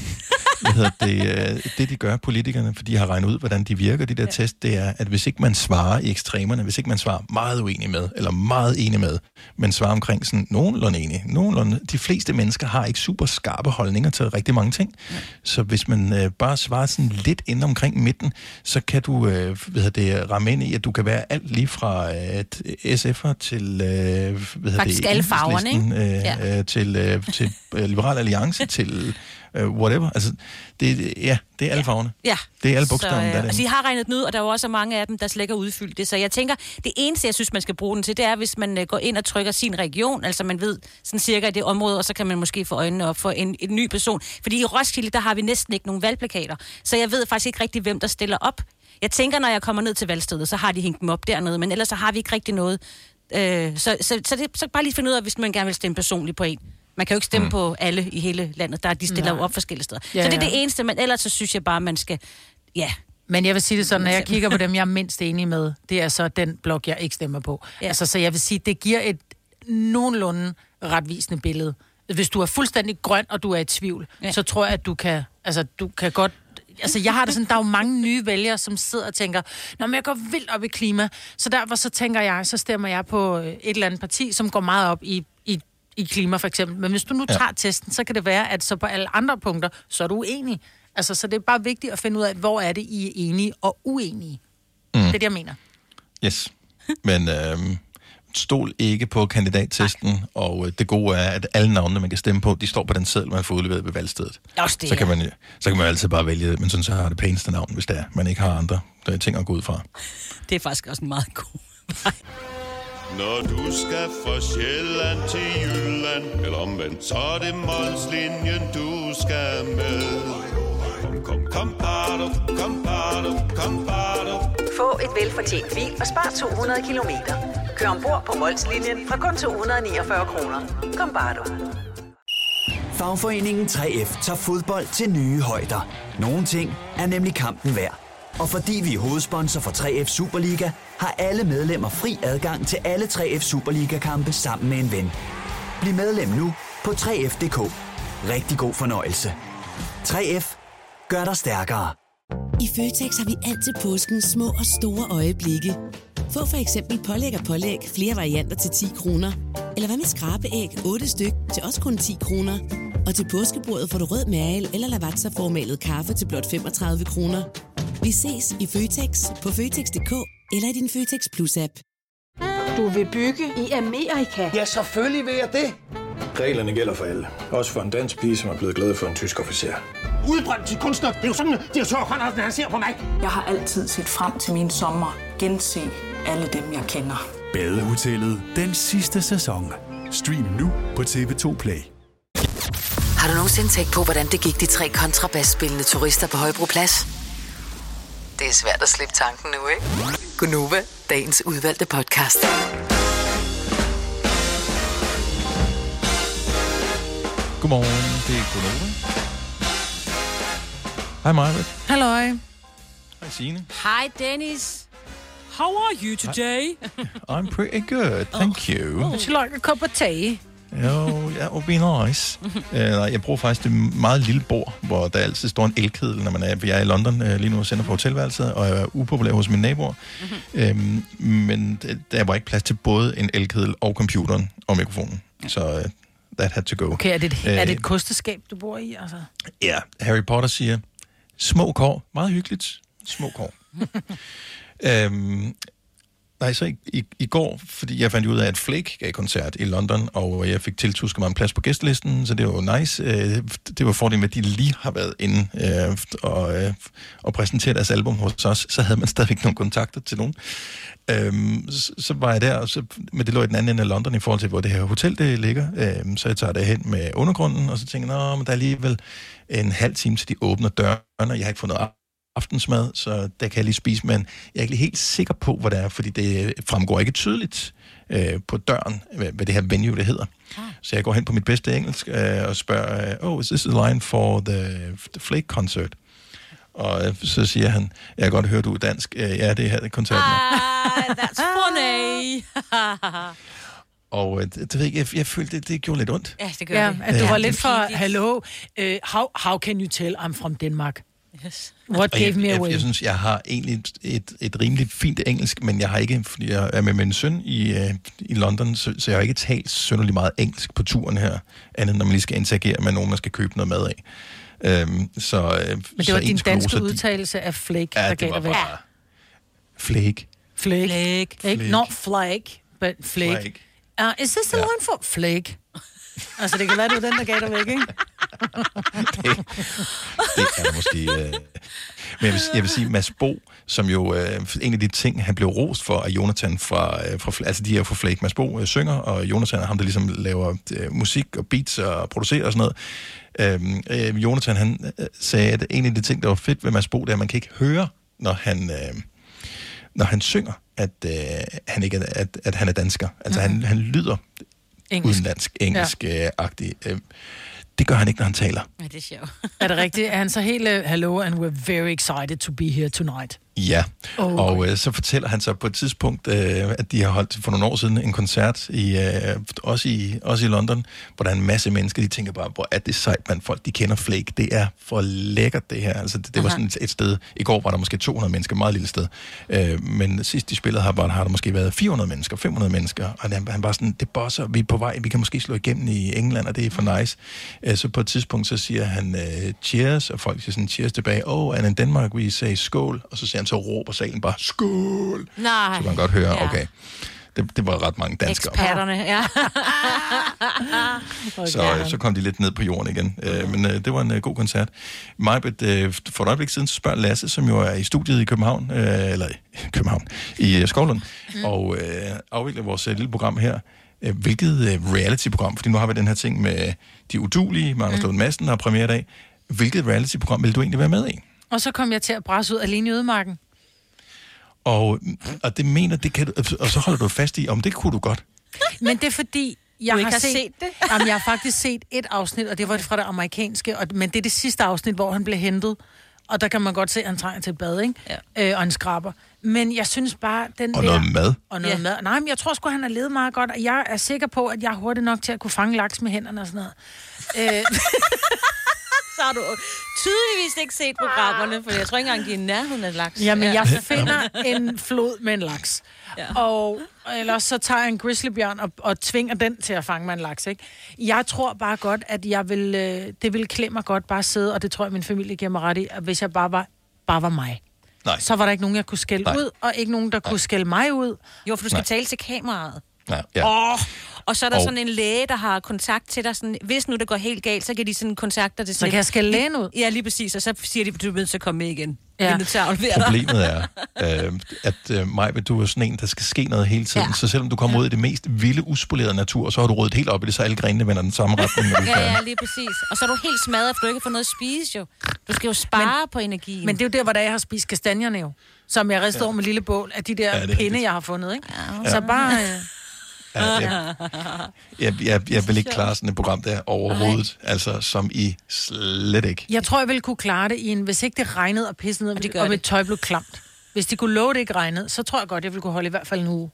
Det de gør, politikerne, fordi de har regnet ud, hvordan de virker, de der test, det er, at hvis ikke man svarer i ekstremerne, hvis ikke man svarer meget uenig med, eller meget enig med, men svarer omkring sådan nogenlunde enig, de fleste mennesker har ikke super skarpe holdninger til rigtig mange ting. Så hvis man bare svarer sådan lidt ind omkring midten, så kan du ramme ind i, at du kan være alt lige fra SF'er til faktisk alle farverne, ikke? Til Liberal Alliance, til whatever. Altså, det er alle farverne. Ja. Det er alle bogstaverne, der er altså, de har regnet den ud, og der er jo også mange af dem, der slet ikke er udfyldt det. Så jeg tænker, det eneste, jeg synes, man skal bruge den til, det er, hvis man går ind og trykker sin region, altså man ved sådan cirka i det område, og så kan man måske få øjnene op for en ny person. Fordi i Roskilde, der har vi næsten ikke nogen valgplakater. Så jeg ved faktisk ikke rigtig, hvem der stiller op. Jeg tænker, når jeg kommer ned til valgstedet, så har de hængt dem op dernede, men ellers så har vi ikke rigtig noget. Så bare lige finde ud af, hvis man gerne vil stemme personligt på en. Man kan jo ikke stemme på alle i hele landet. De stiller jo op forskellige steder. Ja, så det er det eneste, men ellers så synes jeg bare, man skal... Ja. Men jeg vil sige det sådan, når jeg kigger på dem, jeg er mindst enig med, det er så den blok, jeg ikke stemmer på. Ja. Altså, så jeg vil sige, det giver et nogenlunde retvisende billede. Hvis du er fuldstændig grøn, og du er i tvivl, så tror jeg, at du kan godt... Altså, jeg har det sådan, der er jo mange nye vælgere, som sidder og tænker, men jeg går vildt op i klima. Så derfor så tænker jeg, så stemmer jeg på et eller andet parti, som går meget op i klima for eksempel. Men hvis du nu tager testen, så kan det være, at så på alle andre punkter, så er du uenig. Altså, så det er bare vigtigt at finde ud af, hvor er det, I er enige og uenige. Det er det, jeg mener. Yes. Men stol ikke på kandidattesten, og det gode er, at alle navnene, man kan stemme på, de står på den seddel, man får udleveret ved valgstedet. Så kan man altid bare vælge det, men sådan så har det pæneste navn, hvis det er. Man ikke har andre ting at gå ud fra. Det er faktisk også en meget god vej. Når du skal fra Sjælland til Jylland, eller omvendt, så er det Molslinjen, du skal med. Kom, bado. Få et velfortjent bil og spar 200 kilometer. Kør ombord på Molslinjen fra kun 249 kroner. Kom, bado. Fagforeningen 3F tager fodbold til nye højder. Nogle ting er nemlig kampen værd. Og fordi vi er hovedsponsor for 3F Superliga, har alle medlemmer fri adgang til alle 3F Superliga-kampe sammen med en ven. Bliv medlem nu på 3F.dk. Rigtig god fornøjelse. 3F gør dig stærkere. I Føtex har vi altid påsken små og store øjeblikke. Få for eksempel pålæg flere varianter til 10 kroner. Eller hvad med skrabeæg 8 styk til også kun 10 kroner. Og til påskebordet får du rød mal eller lavatserformalet kaffe til blot 35 kroner. Vi ses i Føtex på Føtex.dk eller i din Føtex Plus-app. Du vil bygge i Amerika? Ja, selvfølgelig vil jeg det. Reglerne gælder for alle. Også for en dansk pige, som er blevet glad for en tysk officer. Udbrændt til kunstner. Det er jo sådan, at direktør Conradsen, han ser på mig. Jeg har altid set frem til min sommer. Gense alle dem, jeg kender. Badehotellet den sidste sæson. Stream nu på TV2 Play. Har du nogensinde tænkt på, hvordan det gik de 3 kontrabasspillende turister på Højbroplads? Det er svært at slippe tanken nu, ikke? Gunova, dagens udvalgte podcast. Godmorgen, det er Gunova. Hej Maja. Halløj. Hej Signe. Hi Dennis. How are you today? I'm pretty good, thank you. Would you like a cup of tea? Jo, that would be nice. Jeg bruger faktisk det meget lille bord, hvor der altid står en elkedel, når man er. Jeg er i London lige nu og sender på hotelværelset, og jeg er upopulær hos mine naboer. Men der var ikke plads til både en elkedel og computeren og mikrofonen. Så that had to go. Okay, er det et kosteskab, du bor i? Altså? Ja, Harry Potter siger, små kår, meget hyggeligt, små kår. Nej, så i går, fordi jeg fandt ud af, at Flake gav koncert i London, og jeg fik tiltusket mig en plads på gæstelisten, så det var jo nice. Det var fordelen med, at de lige har været inde og præsenteret deres album hos os, så havde man stadigvæk nogle kontakter til nogen. Så var jeg der, men det lå i den anden ende af London i forhold til, hvor det her hotel det ligger. Så jeg tager derhen med undergrunden, og så tænker jeg, men der er alligevel en halv time, til de åbner dørene, og jeg har ikke fået noget aftensmad, så der kan jeg lige spise, men jeg er ikke helt sikker på, hvad det er, fordi det fremgår ikke tydeligt på døren, hvad det her venue det hedder. Så jeg går hen på mit bedste engelsk og spørger, is this a line for the Flake concert? Og så siger han, jeg kan godt høre, du er dansk. Ja, det er her, det koncerten er. That's funny. Og det ved jeg, jeg følte, det gjorde lidt ondt. Ja, det gør det. At du var lidt for, hello, how can you tell I'm from Denmark? Yes. What gave me away? Jeg synes, jeg har egentlig et rimelig fint engelsk, men jeg har ikke, fordi jeg er med min søn i London, så jeg har ikke talt synderligt meget engelsk på turen her, andet når man lige skal interagere med nogen, man skal købe noget mad af. Men det var din danske udtalelse af Flake, der gav dig væk. Flake. Flake. Not flake, but flake. Is this the line for Flake? Altså, det kan være, det var den, der gav dig væk, ikke? det er måske... Men jeg vil sige, Mads Bo, som jo en af de ting, han blev rost for, af Jonathan fra altså de er fra Flake. Mads Bo synger, og Jonathan er ham, der ligesom laver musik og beats og producerer og sådan noget. Jonathan, han sagde, at en af de ting, der var fedt ved Mads Bo, det er, at man kan ikke høre, når han synger, at han ikke er, at han er dansker. Altså, han lyder udenlandsk, engelsk-agtig. Det gør han ikke, når han taler. Ja, det er sjovt. Er det rigtigt? Er han så helt, hello, and we're very excited to be here tonight? Ja, og så fortæller han så på et tidspunkt, at de har holdt for nogle år siden en koncert, også i London, hvor der er en masse mennesker, de tænker bare, hvor er det sejt, man folk, de kender Flake. Det er for lækkert, det her. Altså, det var sådan et sted, i går var der måske 200 mennesker, meget lille sted. Men sidst de spillede her, har der måske været 400 mennesker, 500 mennesker, og han bare sådan, det bosser, vi er på vej, vi kan måske slå igennem i England, og det er for nice. Så på et tidspunkt, så siger han cheers, og folk siger sådan cheers tilbage, and in Denmark we say skål, og så siger han så råber salen bare, skål! Nej. Så kan man godt høre, okay, det var ret mange danskere. Eksperterne, ja. Så kom de lidt ned på jorden igen. Men det var en god koncert. Majbet, for et øjeblik siden, så spørger Lasse, som jo er i studiet i København, i Skovlund, og afvikler vores lille program her. Hvilket reality-program, fordi nu har vi den her ting med de udulige, Magnus Lund Madsen har premiere i dag. Hvilket reality-program vil du egentlig være med i? Og så kom jeg til at brasse ud alene i ødemarken. Og det mener, det kan du, og så holder du fast i, om det kunne du godt. Men det er fordi, jeg har set det. Jamen, jeg har faktisk set et afsnit, og det var fra det amerikanske, men det er det sidste afsnit, hvor han blev hentet. Og der kan man godt se, at han trænger til et bad, ikke? Ja. Og en skraber. Men jeg synes bare, den og der... noget mad. Og noget mad. Nej, men jeg tror sgu, han har levet meget godt, og jeg er sikker på, at jeg er hurtigt nok til at kunne fange laks med hænderne og sådan noget. Så har du tydeligvis ikke set programmerne, for jeg tror ikke engang, de er i nærheden af laks. Jamen, jeg finder en flod med en laks. Ja. Og ellers så tager jeg en grizzlybjørn og tvinger den til at fange mig en laks, ikke? Jeg tror bare godt, at det ville klæde mig godt bare sidde, og det tror jeg, min familie giver mig ret i, at hvis jeg bare var mig. Nej. Så var der ikke nogen, jeg kunne skælde ud, og ikke nogen, der kunne skælde mig ud. Jo, for du skal tale til kameraet. Ja. Og så er der sådan en læge, der har kontakt til dig. Sådan, hvis nu det går helt galt, så kan de sådan kontakte dig. Så kan jeg skælde lægen ud? Ja, lige præcis. Og så siger de, at du er nødt til at komme med igen. Ja. Problemet er, at Maja, du er sådan en, der skal ske noget hele tiden. Så selvom du kommer ud i det mest vilde, uspolerede natur, så har du rodet helt op i det, så alle grenene vender den samme retning. Ja, lige præcis. Og så er du helt smadret, for du ikke får noget at spise jo. Du skal jo spare på energien. Men det er jo der, hvor jeg har spist kastanjerne jo. Som jeg ristede over med lille bål af de der pinde, jeg har fundet, ikke? Ja. Så bare... Jeg vil ikke klare sådan et program der overhovedet. Altså, som I slet ikke. Jeg tror, jeg ville kunne klare det hvis ikke det regnede og pissede ned, og mit tøj blev klamt. Hvis de kunne love, det ikke regnede, så tror jeg godt, jeg ville kunne holde i hvert fald en uge.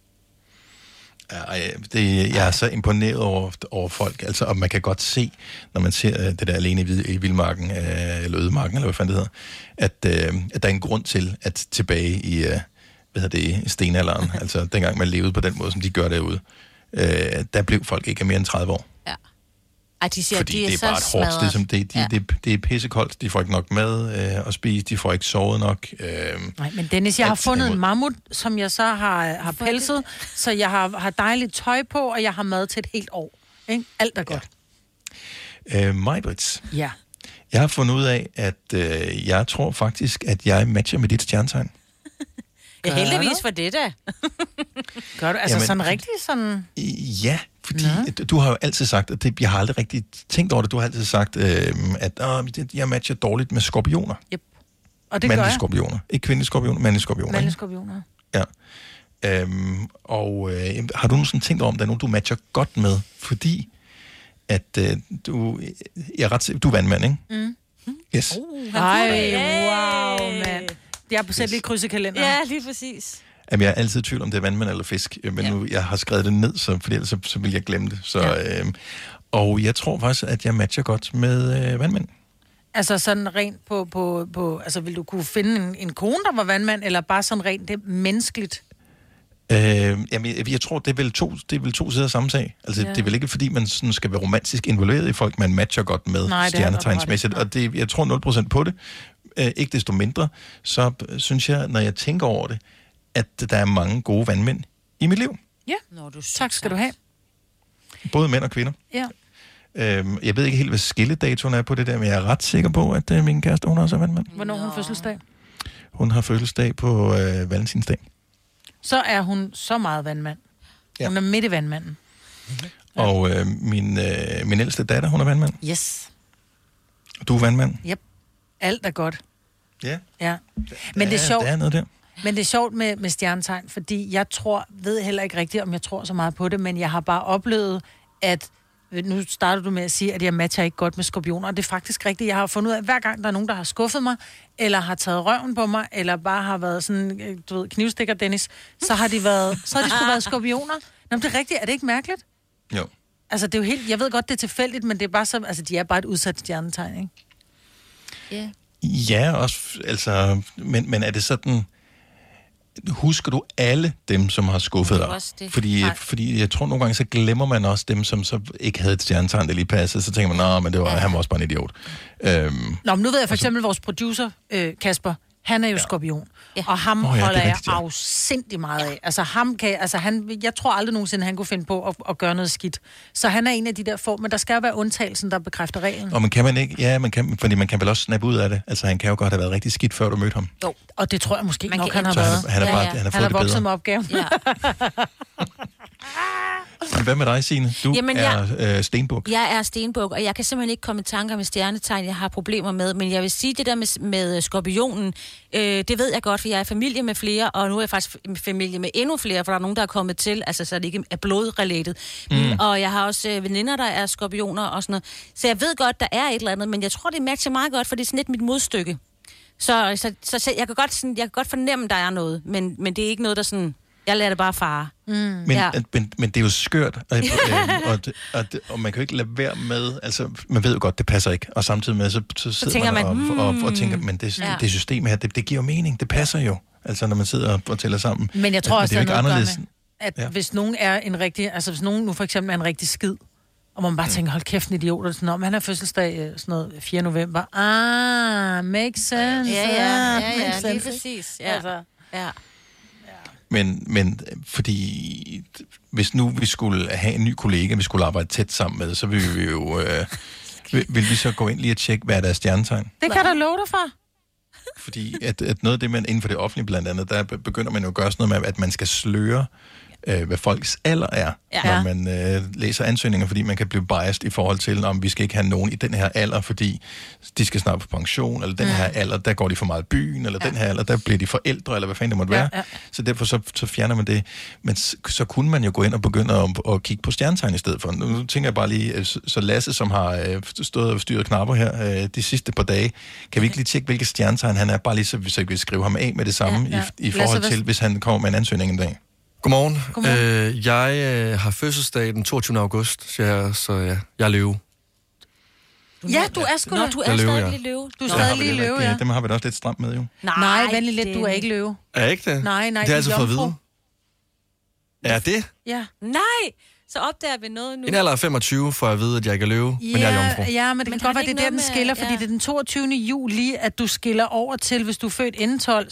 Jeg er så imponeret over folk, altså, og man kan godt se, når man ser det der alene i vildmarken, eller ødemarken, eller hvad fanden det hedder, at der er en grund til, at tilbage i stenalderen, altså dengang man levede på den måde, som de gør derude, der blev folk ikke mere end 30 år. Ja. Ej, de siger, fordi de er det er så bare et hårdt sted, det er pissekoldt, de får ikke nok mad at spise, de får ikke sovet nok. Nej, men Dennis, jeg har fundet en mammut, som jeg så har pelset, så jeg har dejligt tøj på, og jeg har mad til et helt år. Ikke? Alt er godt. Maj-Brits. Ja. Jeg har fundet ud af, at jeg tror faktisk, at jeg matcher med dit stjernetegn. Ja, heldigvis for det da. Gør du? Altså sådan rigtig sådan... Ja, fordi du har jo altid sagt, at jeg har aldrig rigtig tænkt over det, du har altid sagt, at jeg matcher dårligt med skorpioner. Yep. Og det gør jeg. Skorpioner. Ikke kvindelige skorpioner, mandlige skorpioner. Mandlige skorpioner. Ja. Har du nogensinde tænkt over, om der er nogen, du matcher godt med? Fordi at du er vandmand, ikke? Mm. Yes. Ej, wow, mand. Jeg har sat lige kryds i kalenderen. Ja, lige præcis. Jamen, jeg er altid i tvivl om det er vandmand eller fisk, men nu jeg har skrevet det ned, fordi ellers så vil jeg glemme det. Så, og jeg tror faktisk, at jeg matcher godt med vandmænd. Altså sådan rent på altså vil du kunne finde en kone, der var vandmand, eller bare sådan rent det menneskeligt? Jamen, jeg tror, det er vel to sider af samme sag. Altså, det er vel ikke, fordi man sådan skal være romantisk involveret i folk, man matcher godt med stjernetegnsmæssigt. Og jeg tror 0% på det. Ikke desto mindre, så synes jeg, når jeg tænker over det, at der er mange gode vandmænd i mit liv. Ja, tak skal du have. Både mænd og kvinder. Ja. Jeg ved ikke helt, hvad skilledatoen er på det der, men jeg er ret sikker på, at min kæreste, hun også er vandmand. Hvornår har hun fødselsdag? Hun har fødselsdag på valentinsdag. Så er hun så meget vandmand. Hun er midt i vandmanden. Mm-hmm. Og min ældste datter, hun er vandmand. Yes. Du er vandmand? Yep. Alt er godt. Ja. Ja. Men det er sjovt. Der er noget der. Men det er sjovt med stjernetegn, fordi jeg ved heller ikke rigtigt, om jeg tror så meget på det, men jeg har bare oplevet, at nu starter du med at sige, at jeg matcher ikke godt med skorpioner, og det er faktisk rigtigt. Jeg har fundet ud af, at hver gang der er nogen, der har skuffet mig, eller har taget røven på mig, eller bare har været sådan, du ved, knivstikker Dennis, så har de sgu været skorpioner. Nå, men det er rigtigt. Er det ikke mærkeligt? Jo. Altså, det er jo helt, jeg ved godt, det er tilfældigt, men det er bare så, altså, de er bare et udsat stjernetegn, ikke? Ja. Ja, også, altså, men er det sådan, husker du alle dem, som har skuffet dig? Fordi jeg tror nogle gange, så glemmer man også dem, som så ikke havde et stjernetegn, der lige passede, så tænker man, men han var også bare en idiot. Nå, men nu ved jeg for eksempel, vores producer, Kasper, han er jo skorpion, og ham holder jeg afsindig meget af. Altså, jeg tror aldrig nogensinde, han kunne finde på at gøre noget skidt. Så han er en af de der få, men der skal jo være undtagelsen, der bekræfter reglen. Og man kan man ikke, fordi man kan vel også snappe ud af det. Altså, han kan jo godt have været rigtig skidt, før du mødte ham. Jo, og det tror jeg måske nok, han har været. Han har vokset med opgaven. Ja. Men hvad med dig, Signe? Du er stenbuk. Jeg er stenbuk, og jeg kan simpelthen ikke komme i tanker med stjernetegn, jeg har problemer med. Men jeg vil sige, det der med skorpionen, det ved jeg godt, for jeg er familie med flere, og nu er jeg faktisk familie med endnu flere, for der er nogen, der er kommet til, altså så det ikke er blodrelated. Og jeg har også veninder, der er skorpioner og sådan noget. Så jeg ved godt, der er et eller andet, men jeg tror, det matcher meget godt, for det er sådan lidt mit modstykke. Så jeg kan godt fornemme, der er noget, men det er ikke noget, der sådan... Jeg lader det bare fare. Men det er jo skørt, og man kan jo ikke lade være med, altså man ved jo godt, det passer ikke, og samtidig med, så sidder man og tænker, men det system her, det giver jo mening, det passer jo, altså når man sidder og tæller sammen. Men jeg tror også, det er noget at hvis nogen er en rigtig, altså hvis nogen nu for eksempel er en rigtig skid, og man bare tænker, hold kæft, en idiot, og sådan noget, han har fødselsdag sådan noget 4. november, makes sense. Ja, lige præcis. Ja. Altså. Ja. Men fordi hvis nu vi skulle have en ny kollega, vi skulle arbejde tæt sammen med, så ville vi jo... vil vi så gå ind lige og tjekke, hvad er deres stjernetegn? Det kan du love dig for. Fordi at noget af det, man inden for det offentlige blandt andet, der begynder man jo at gøre sådan noget med, at man skal sløre, hvad folks alder er, når man læser ansøgninger, fordi man kan blive biased i forhold til, om vi skal ikke have nogen i den her alder, fordi de skal snart på pension, eller den her alder, der går de for meget i byen, eller den her alder, der bliver de forældre, eller hvad fanden det måtte være. Så derfor så fjerner man det. Men så kunne man jo gå ind og begynde at kigge på stjernetegn i stedet for. Nu tænker jeg bare lige, så Lasse, som har stået og styret knapper her de sidste par dage, kan vi ikke lige tjekke, hvilke stjernetegn han er, bare lige så vi kan skrive ham af med det samme i forhold til, hvis han kommer med en ansøgning en dag. Godmorgen. Jeg har fødselsdag den 22. august, så jeg er løve. Ja, du er sgu da. Du er stadig lige løve. Du er stadig lige løve, ja. Dem har vi da også lidt stramt med, jo. Nej, venlig lidt, du er ikke løve. Er jeg ikke det? Nej, det har jeg altid fået at vide. Er det? Ja. Nej, så opdager vi noget nu. En alder af 25 får jeg at vide, at jeg ikke er løve, men jeg er jomfru. Ja, men det kan godt være, det er der, den skiller, fordi det er den 22. juli, at du skiller over til, hvis du er født inden 12,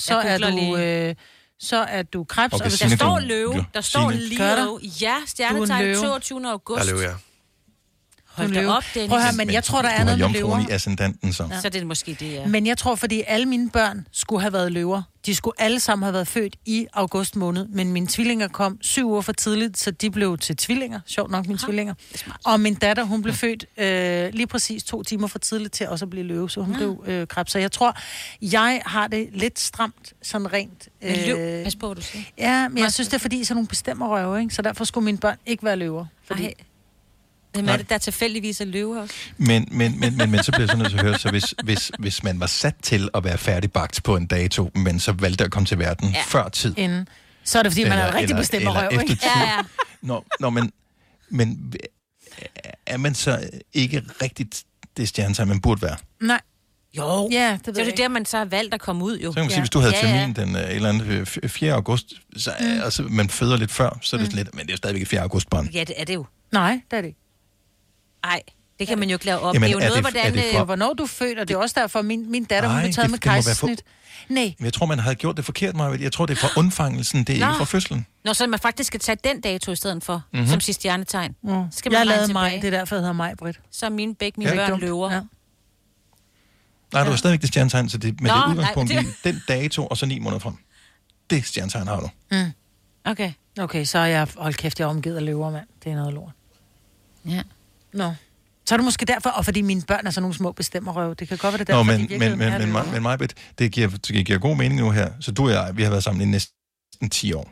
så er du krebs. Okay, der står løve. Der står Leo. Ja, stjernetegn 22. august. Jeg er løve, ja. Hold da op, Dennis. Prøv at høre, men jeg tror, der er noget med løver. Du har jomfruen i ascendanten, så. Så det er måske det, ja. Men jeg tror, fordi alle mine børn skulle have været løver. De skulle alle sammen have været født i august måned, men mine tvillinger kom 7 uger for tidligt, så de blev til tvillinger. Sjovt nok, mine tvillinger. Og min datter, hun blev født lige præcis 2 timer for tidligt til også at blive løve, så hun blev krebs. Så jeg tror, jeg har det lidt stramt, sådan rent. Men pas på, hvad du siger. Ja, men jeg synes, det er fordi, sådan nogle bestemmer røve, ikke? Så derfor skulle mine børn ikke være løver. Fordi... Hvem er det, der tilfældigvis er løve også? Men så bliver jeg sådan nødt til at høre, så hvis man var sat til at være færdigbagt på en dato, men så valgte at komme til verden før tid. Inden. Så er det, fordi man er rigtig bestemmer røv, ikke? Ja. Men er man så ikke rigtigt det stjernetegn, man burde være? Nej. Jo. Ja, det er jo der, man så har valgt at komme ud, jo. Så kan man sige, hvis du havde termin den eller anden 4. august, så altså, man føder lidt før, så er det lidt, men det er jo stadigvæk et 4. august-barn. Ja, det er det jo. Nej, det er det ikke. Nej, det kan man jo ikke lave op. Jamen, det er jo noget, hvornår du født, og det er også derfor, min datter, hun blev taget med kejsersnit. Nej. Jeg tror, man havde gjort det forkert, Maja. Jeg tror, det er fra undfangelsen, det er ikke fra fødslen. Nå, så man faktisk skal tage den dato i stedet for, som sidste stjernetegn. Skal man jeg lavede mig, det er derfor, jeg hedder mig, Britt. Så er mine børn løver. Ja. Nej, du har stadigvæk det stjernetegn, så det, med det udgangspunkt i den dato, og så 9 måneder frem. Det stjernetegn har du. Okay. Okay, så er jeg, hold kæft, jeg er omgivet af løver, mand. Det er noget lort. Ja. Nå. Så er det måske derfor, og fordi mine børn er sådan nogle små bestemmerrøve. Det kan godt være, det derfor, men Majbet, det giver god mening nu her. Så du og jeg, vi har været sammen i næsten 10 år.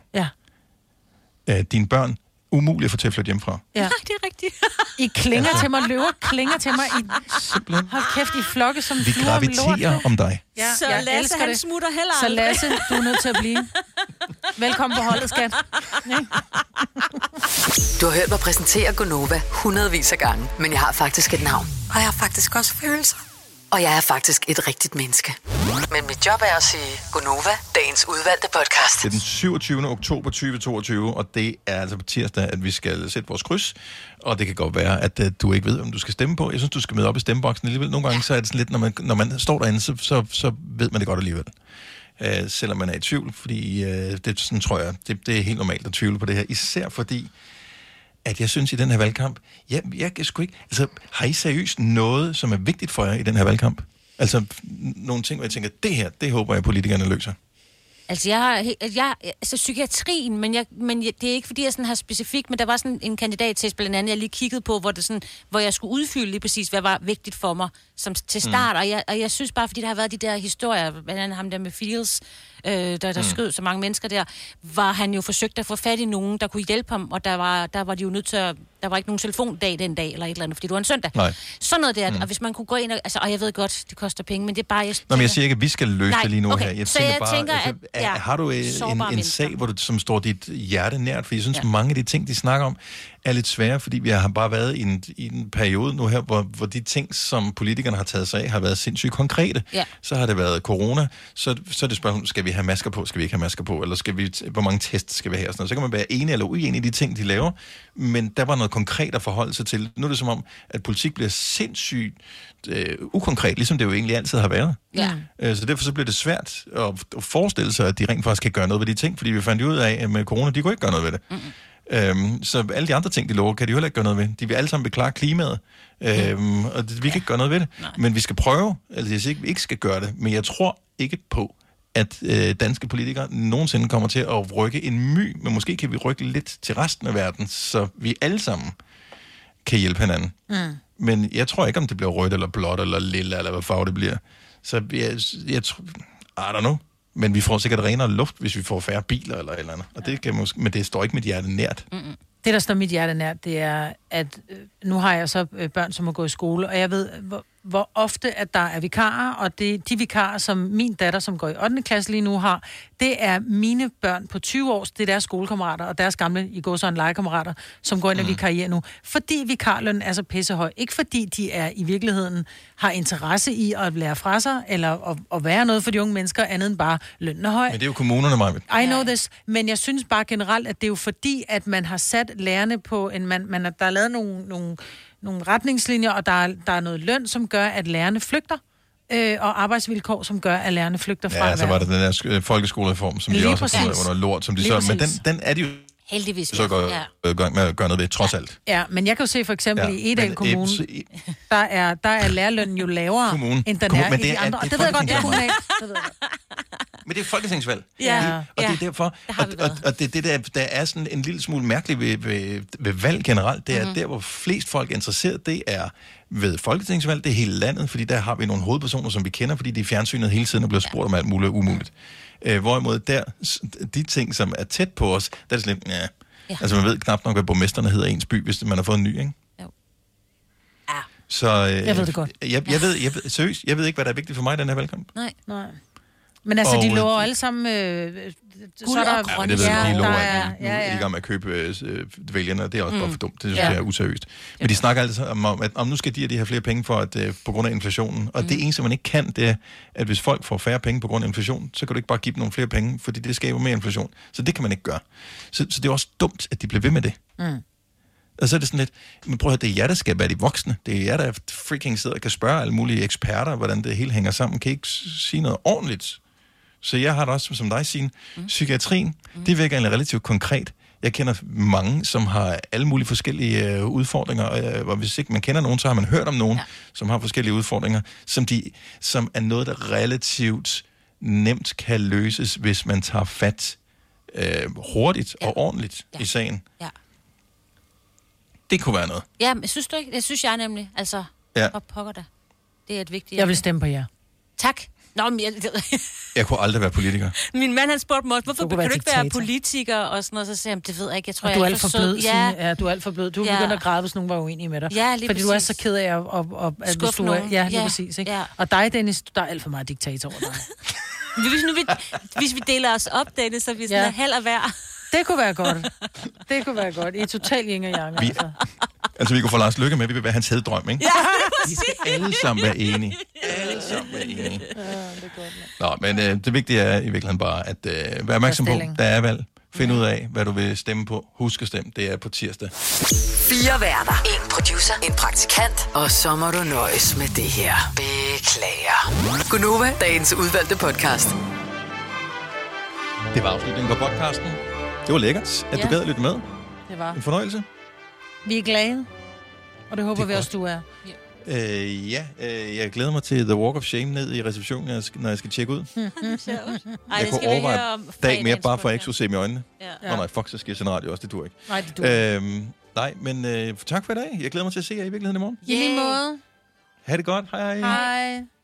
Ja. Dine børn, umuligt at få til at flytte hjemmefra. Ja. Nej, det er rigtigt. I klinger til mig, løver klinger til mig. Hold kæft, I flokke som vi graviterer om dig. Ja, så Lasse, han smutter heller aldrig. Så Lasse, du er nødt til at blive. Velkommen på holdet, skat. Du har hørt mig præsentere Gonova hundredvis af gange, men jeg har faktisk et navn. Og jeg har faktisk også følelser. Og jeg er faktisk et rigtigt menneske. Men mit job er at sige Gonova, dagens udvalgte podcast. Det er den 27. oktober 2022, og det er altså på tirsdag, at vi skal sætte vores kryds. Og det kan godt være, at du ikke ved, om du skal stemme på. Jeg synes, du skal møde op i stemmeboksen alligevel. Nogle gange så er det sådan lidt, når man står derinde, så ved man det godt alligevel. Selvom man er i tvivl, fordi det sådan tror jeg, det er helt normalt at tvivle på det her. Især fordi, at jeg synes i den her valgkamp, jeg sgu ikke... Altså, har I seriøst noget, som er vigtigt for jer i den her valgkamp? Altså, nogle ting, hvor jeg tænker, det håber jeg, politikerne løser. Altså, altså psykiatrien, men det er ikke, fordi jeg sådan har specifikt, men der var sådan en kandidattest blandt andet, jeg lige kiggede på, hvor jeg skulle udfylde lige præcis, hvad var vigtigt for mig som til start, og jeg synes bare, fordi der har været de der historier, blandt andet ham der med Fields, der skød så mange mennesker der, var han jo forsøgt at få fat i nogen, der kunne hjælpe ham, og der var de jo nødt til at, der var ikke nogen telefondag den dag, eller et eller andet, fordi det var en søndag. Nej. Sådan noget der, og hvis man kunne gå ind, og jeg ved godt, det koster penge, men det er bare... Nå, men jeg siger ikke, at vi skal løse det lige nu her. Jeg tænker har du en sag, som står dit hjerte nært? For jeg synes, mange af de ting, de snakker om, er lidt svære, fordi vi har bare været i en periode nu her, hvor de ting, som politikerne har taget sig af, har været sindssygt konkrete. Ja. Så har det været corona, så er det spørgsmål, skal vi have masker på, skal vi ikke have masker på, eller hvor mange tests skal vi have? Og sådan noget. Så kan man være enig eller uenig i de ting, de laver, men der var noget konkret at forholde sig til. Nu er det som om, at politik bliver sindssygt ukonkret, ligesom det jo egentlig altid har været. Ja. Så derfor så bliver det svært at forestille sig, at de rent faktisk kan gøre noget ved de ting, fordi vi fandt ud af, at med corona, de kunne ikke gøre noget ved det. Så alle de andre ting, de lover, kan de heller ikke gøre noget ved. De vil alle sammen beklage klimaet, og vi kan ikke gøre noget ved det. Nej. Men vi skal prøve, altså jeg siger ikke, vi ikke skal gøre det, men jeg tror ikke på, at danske politikere nogensinde kommer til at rykke en my, men måske kan vi rykke lidt til resten af verden, så vi alle sammen kan hjælpe hinanden. Men jeg tror ikke, om det bliver rødt, eller blåt, eller lilla, eller hvad farve det bliver. Så jeg tror, I don't know. Men vi får sikkert renere luft, hvis vi får færre biler eller et eller andet. Og det kan måske, men det står ikke mit hjerte nært. Det, der står mit hjerte nært, det er, at nu har jeg så børn, som må gå i skole, og jeg ved, hvor ofte, at der er vikarer, og de vikarer, som min datter, som går i 8. klasse lige nu har, det er mine børn på 20 år, det er deres skolekammerater, og deres gamle, i går så en legekammerater, som går ind og vikarierer nu. Fordi vikarlønnen er så pissehøj. Ikke fordi de er i virkeligheden har interesse i at lære fra sig, eller at være noget for de unge mennesker, andet end bare lønnen er høj. Men det er jo kommunerne, Maja. I know this, men jeg synes bare generelt, at det er jo fordi, at man har sat lærerne på en... der er lavet nogle retningslinjer, og der er noget løn, som gør, at lærerne flygter, og arbejdsvilkår, som gør, at lærerne flygter fra så var det den der folkeskolereform, som de også har fundet under lort, som de så... Men den er de jo heldigvis så går i gang med at gøre noget ved, trods alt. Ja, men jeg kan jo se for eksempel i Edal Kommune, der er lærerlønnen jo lavere, end den er i de andre. Og det ved jeg godt, det er kommunalt. Men det er folketingsvalg. Ja. Og det er derfor, og det der er sådan en lille smule mærkeligt ved valg generelt, det er, der hvor flest folk er interesseret, det er ved folketingsvalg, det er hele landet, fordi der har vi nogle hovedpersoner, som vi kender, fordi de er fjernsynet hele tiden og bliver spurgt om alt muligt umuligt. Hvorimod de ting, som er tæt på os, der er det sådan lidt, altså man ved knap nok, hvad borgmesterne hedder i ens by, hvis man har fået en ny, ikke? Jo. Så, jeg ved det godt. Seriøst, jeg ved ikke, hvad der er vigtigt for mig i den her valgkamp. Nej. Men altså, de lover alle sammen... Guld og grønne. Det ved jeg, de lover ikke i gang med at købe vælgerne, det er også bare for dumt. Det synes jeg er useriøst. Men de snakker altså om, at nu skal de have flere penge for at, på grund af inflationen. Og det eneste, man ikke kan, det er, at hvis folk får færre penge på grund af inflation, så kan du ikke bare give dem nogle flere penge, fordi det skaber mere inflation. Så det kan man ikke gøre. Så det er også dumt, at de bliver ved med det. Og så er det sådan lidt, men prøv at høre, det er jer, der skal være de voksne. Det er jer, der freaking sidder og kan spørge alle mulige eksperter, hvordan det hele hænger sammen. Kan I ikke sige noget ordentligt? Så jeg har det også, som dig, Signe. Psykiatrien, det virker egentlig relativt konkret. Jeg kender mange, som har alle mulige forskellige udfordringer, og hvis ikke man kender nogen, så har man hørt om nogen, som har forskellige udfordringer, som er noget, der relativt nemt kan løses, hvis man tager fat hurtigt og ordentligt i sagen. Ja. Det kunne være noget. Ja, men synes du ikke? Det synes jeg nemlig. Altså, hvor pokker det? Det er et vigtigt... Jeg vil stemme på jer. Tak. Nå, men jeg kunne aldrig være politiker. Min mand, han spurgte mig, hvorfor kan du ikke være politiker? Og sådan noget, så sagde han, det ved jeg ikke. Jeg tror, du er alt for blød, ja, du er alt for blød. Du begynder at græde, hvis nogen var uenige med dig. Ja, lige fordi præcis. Du er så ked af at skuffe nogen. Ja, lige præcis. Ikke? Ja. Og dig, Dennis, der er alt for meget diktator over dig. Hvis vi deler os op, Dennis, så vi sådan er halv af hver. Det kunne være godt. Det kunne være godt. I er totalt yin og yang. Altså, vi kunne få Lars Løkke med, vi vil være hans heddrøm, ikke? Ja, vi skal alle sammen være enige. Alle sammen være enige. Ja, det er godt. Nå, men det vigtige er i virkeligheden bare at være opmærksom på, der er valg. Find ud af, hvad du vil stemme på. Husk at stemme. Det er på tirsdag. 4 værter. 1 producer. En praktikant. Og så må du nøjes med det her. Beklager. Gunova, dagens udvalgte podcast. Det var afslutningen på podcasten. Det var lækkert, at du gad at lytte med. Det var. En fornøjelse. Vi er glade, og det håber vi også, du er. Jeg glæder mig til The Walk of Shame ned i receptionen, når jeg skal tjekke ud. Jeg kunne overveje dag mere, bare for at jeg ikke skulle se mig i øjnene. Ja. Nej, fuck, så skal jeg sende radio også, det dur ikke. Nej, det dur ikke. Nej, men tak for i dag. Jeg glæder mig til at se jer i virkeligheden i morgen. I lige måde. Ha' det godt. Hej. Hej.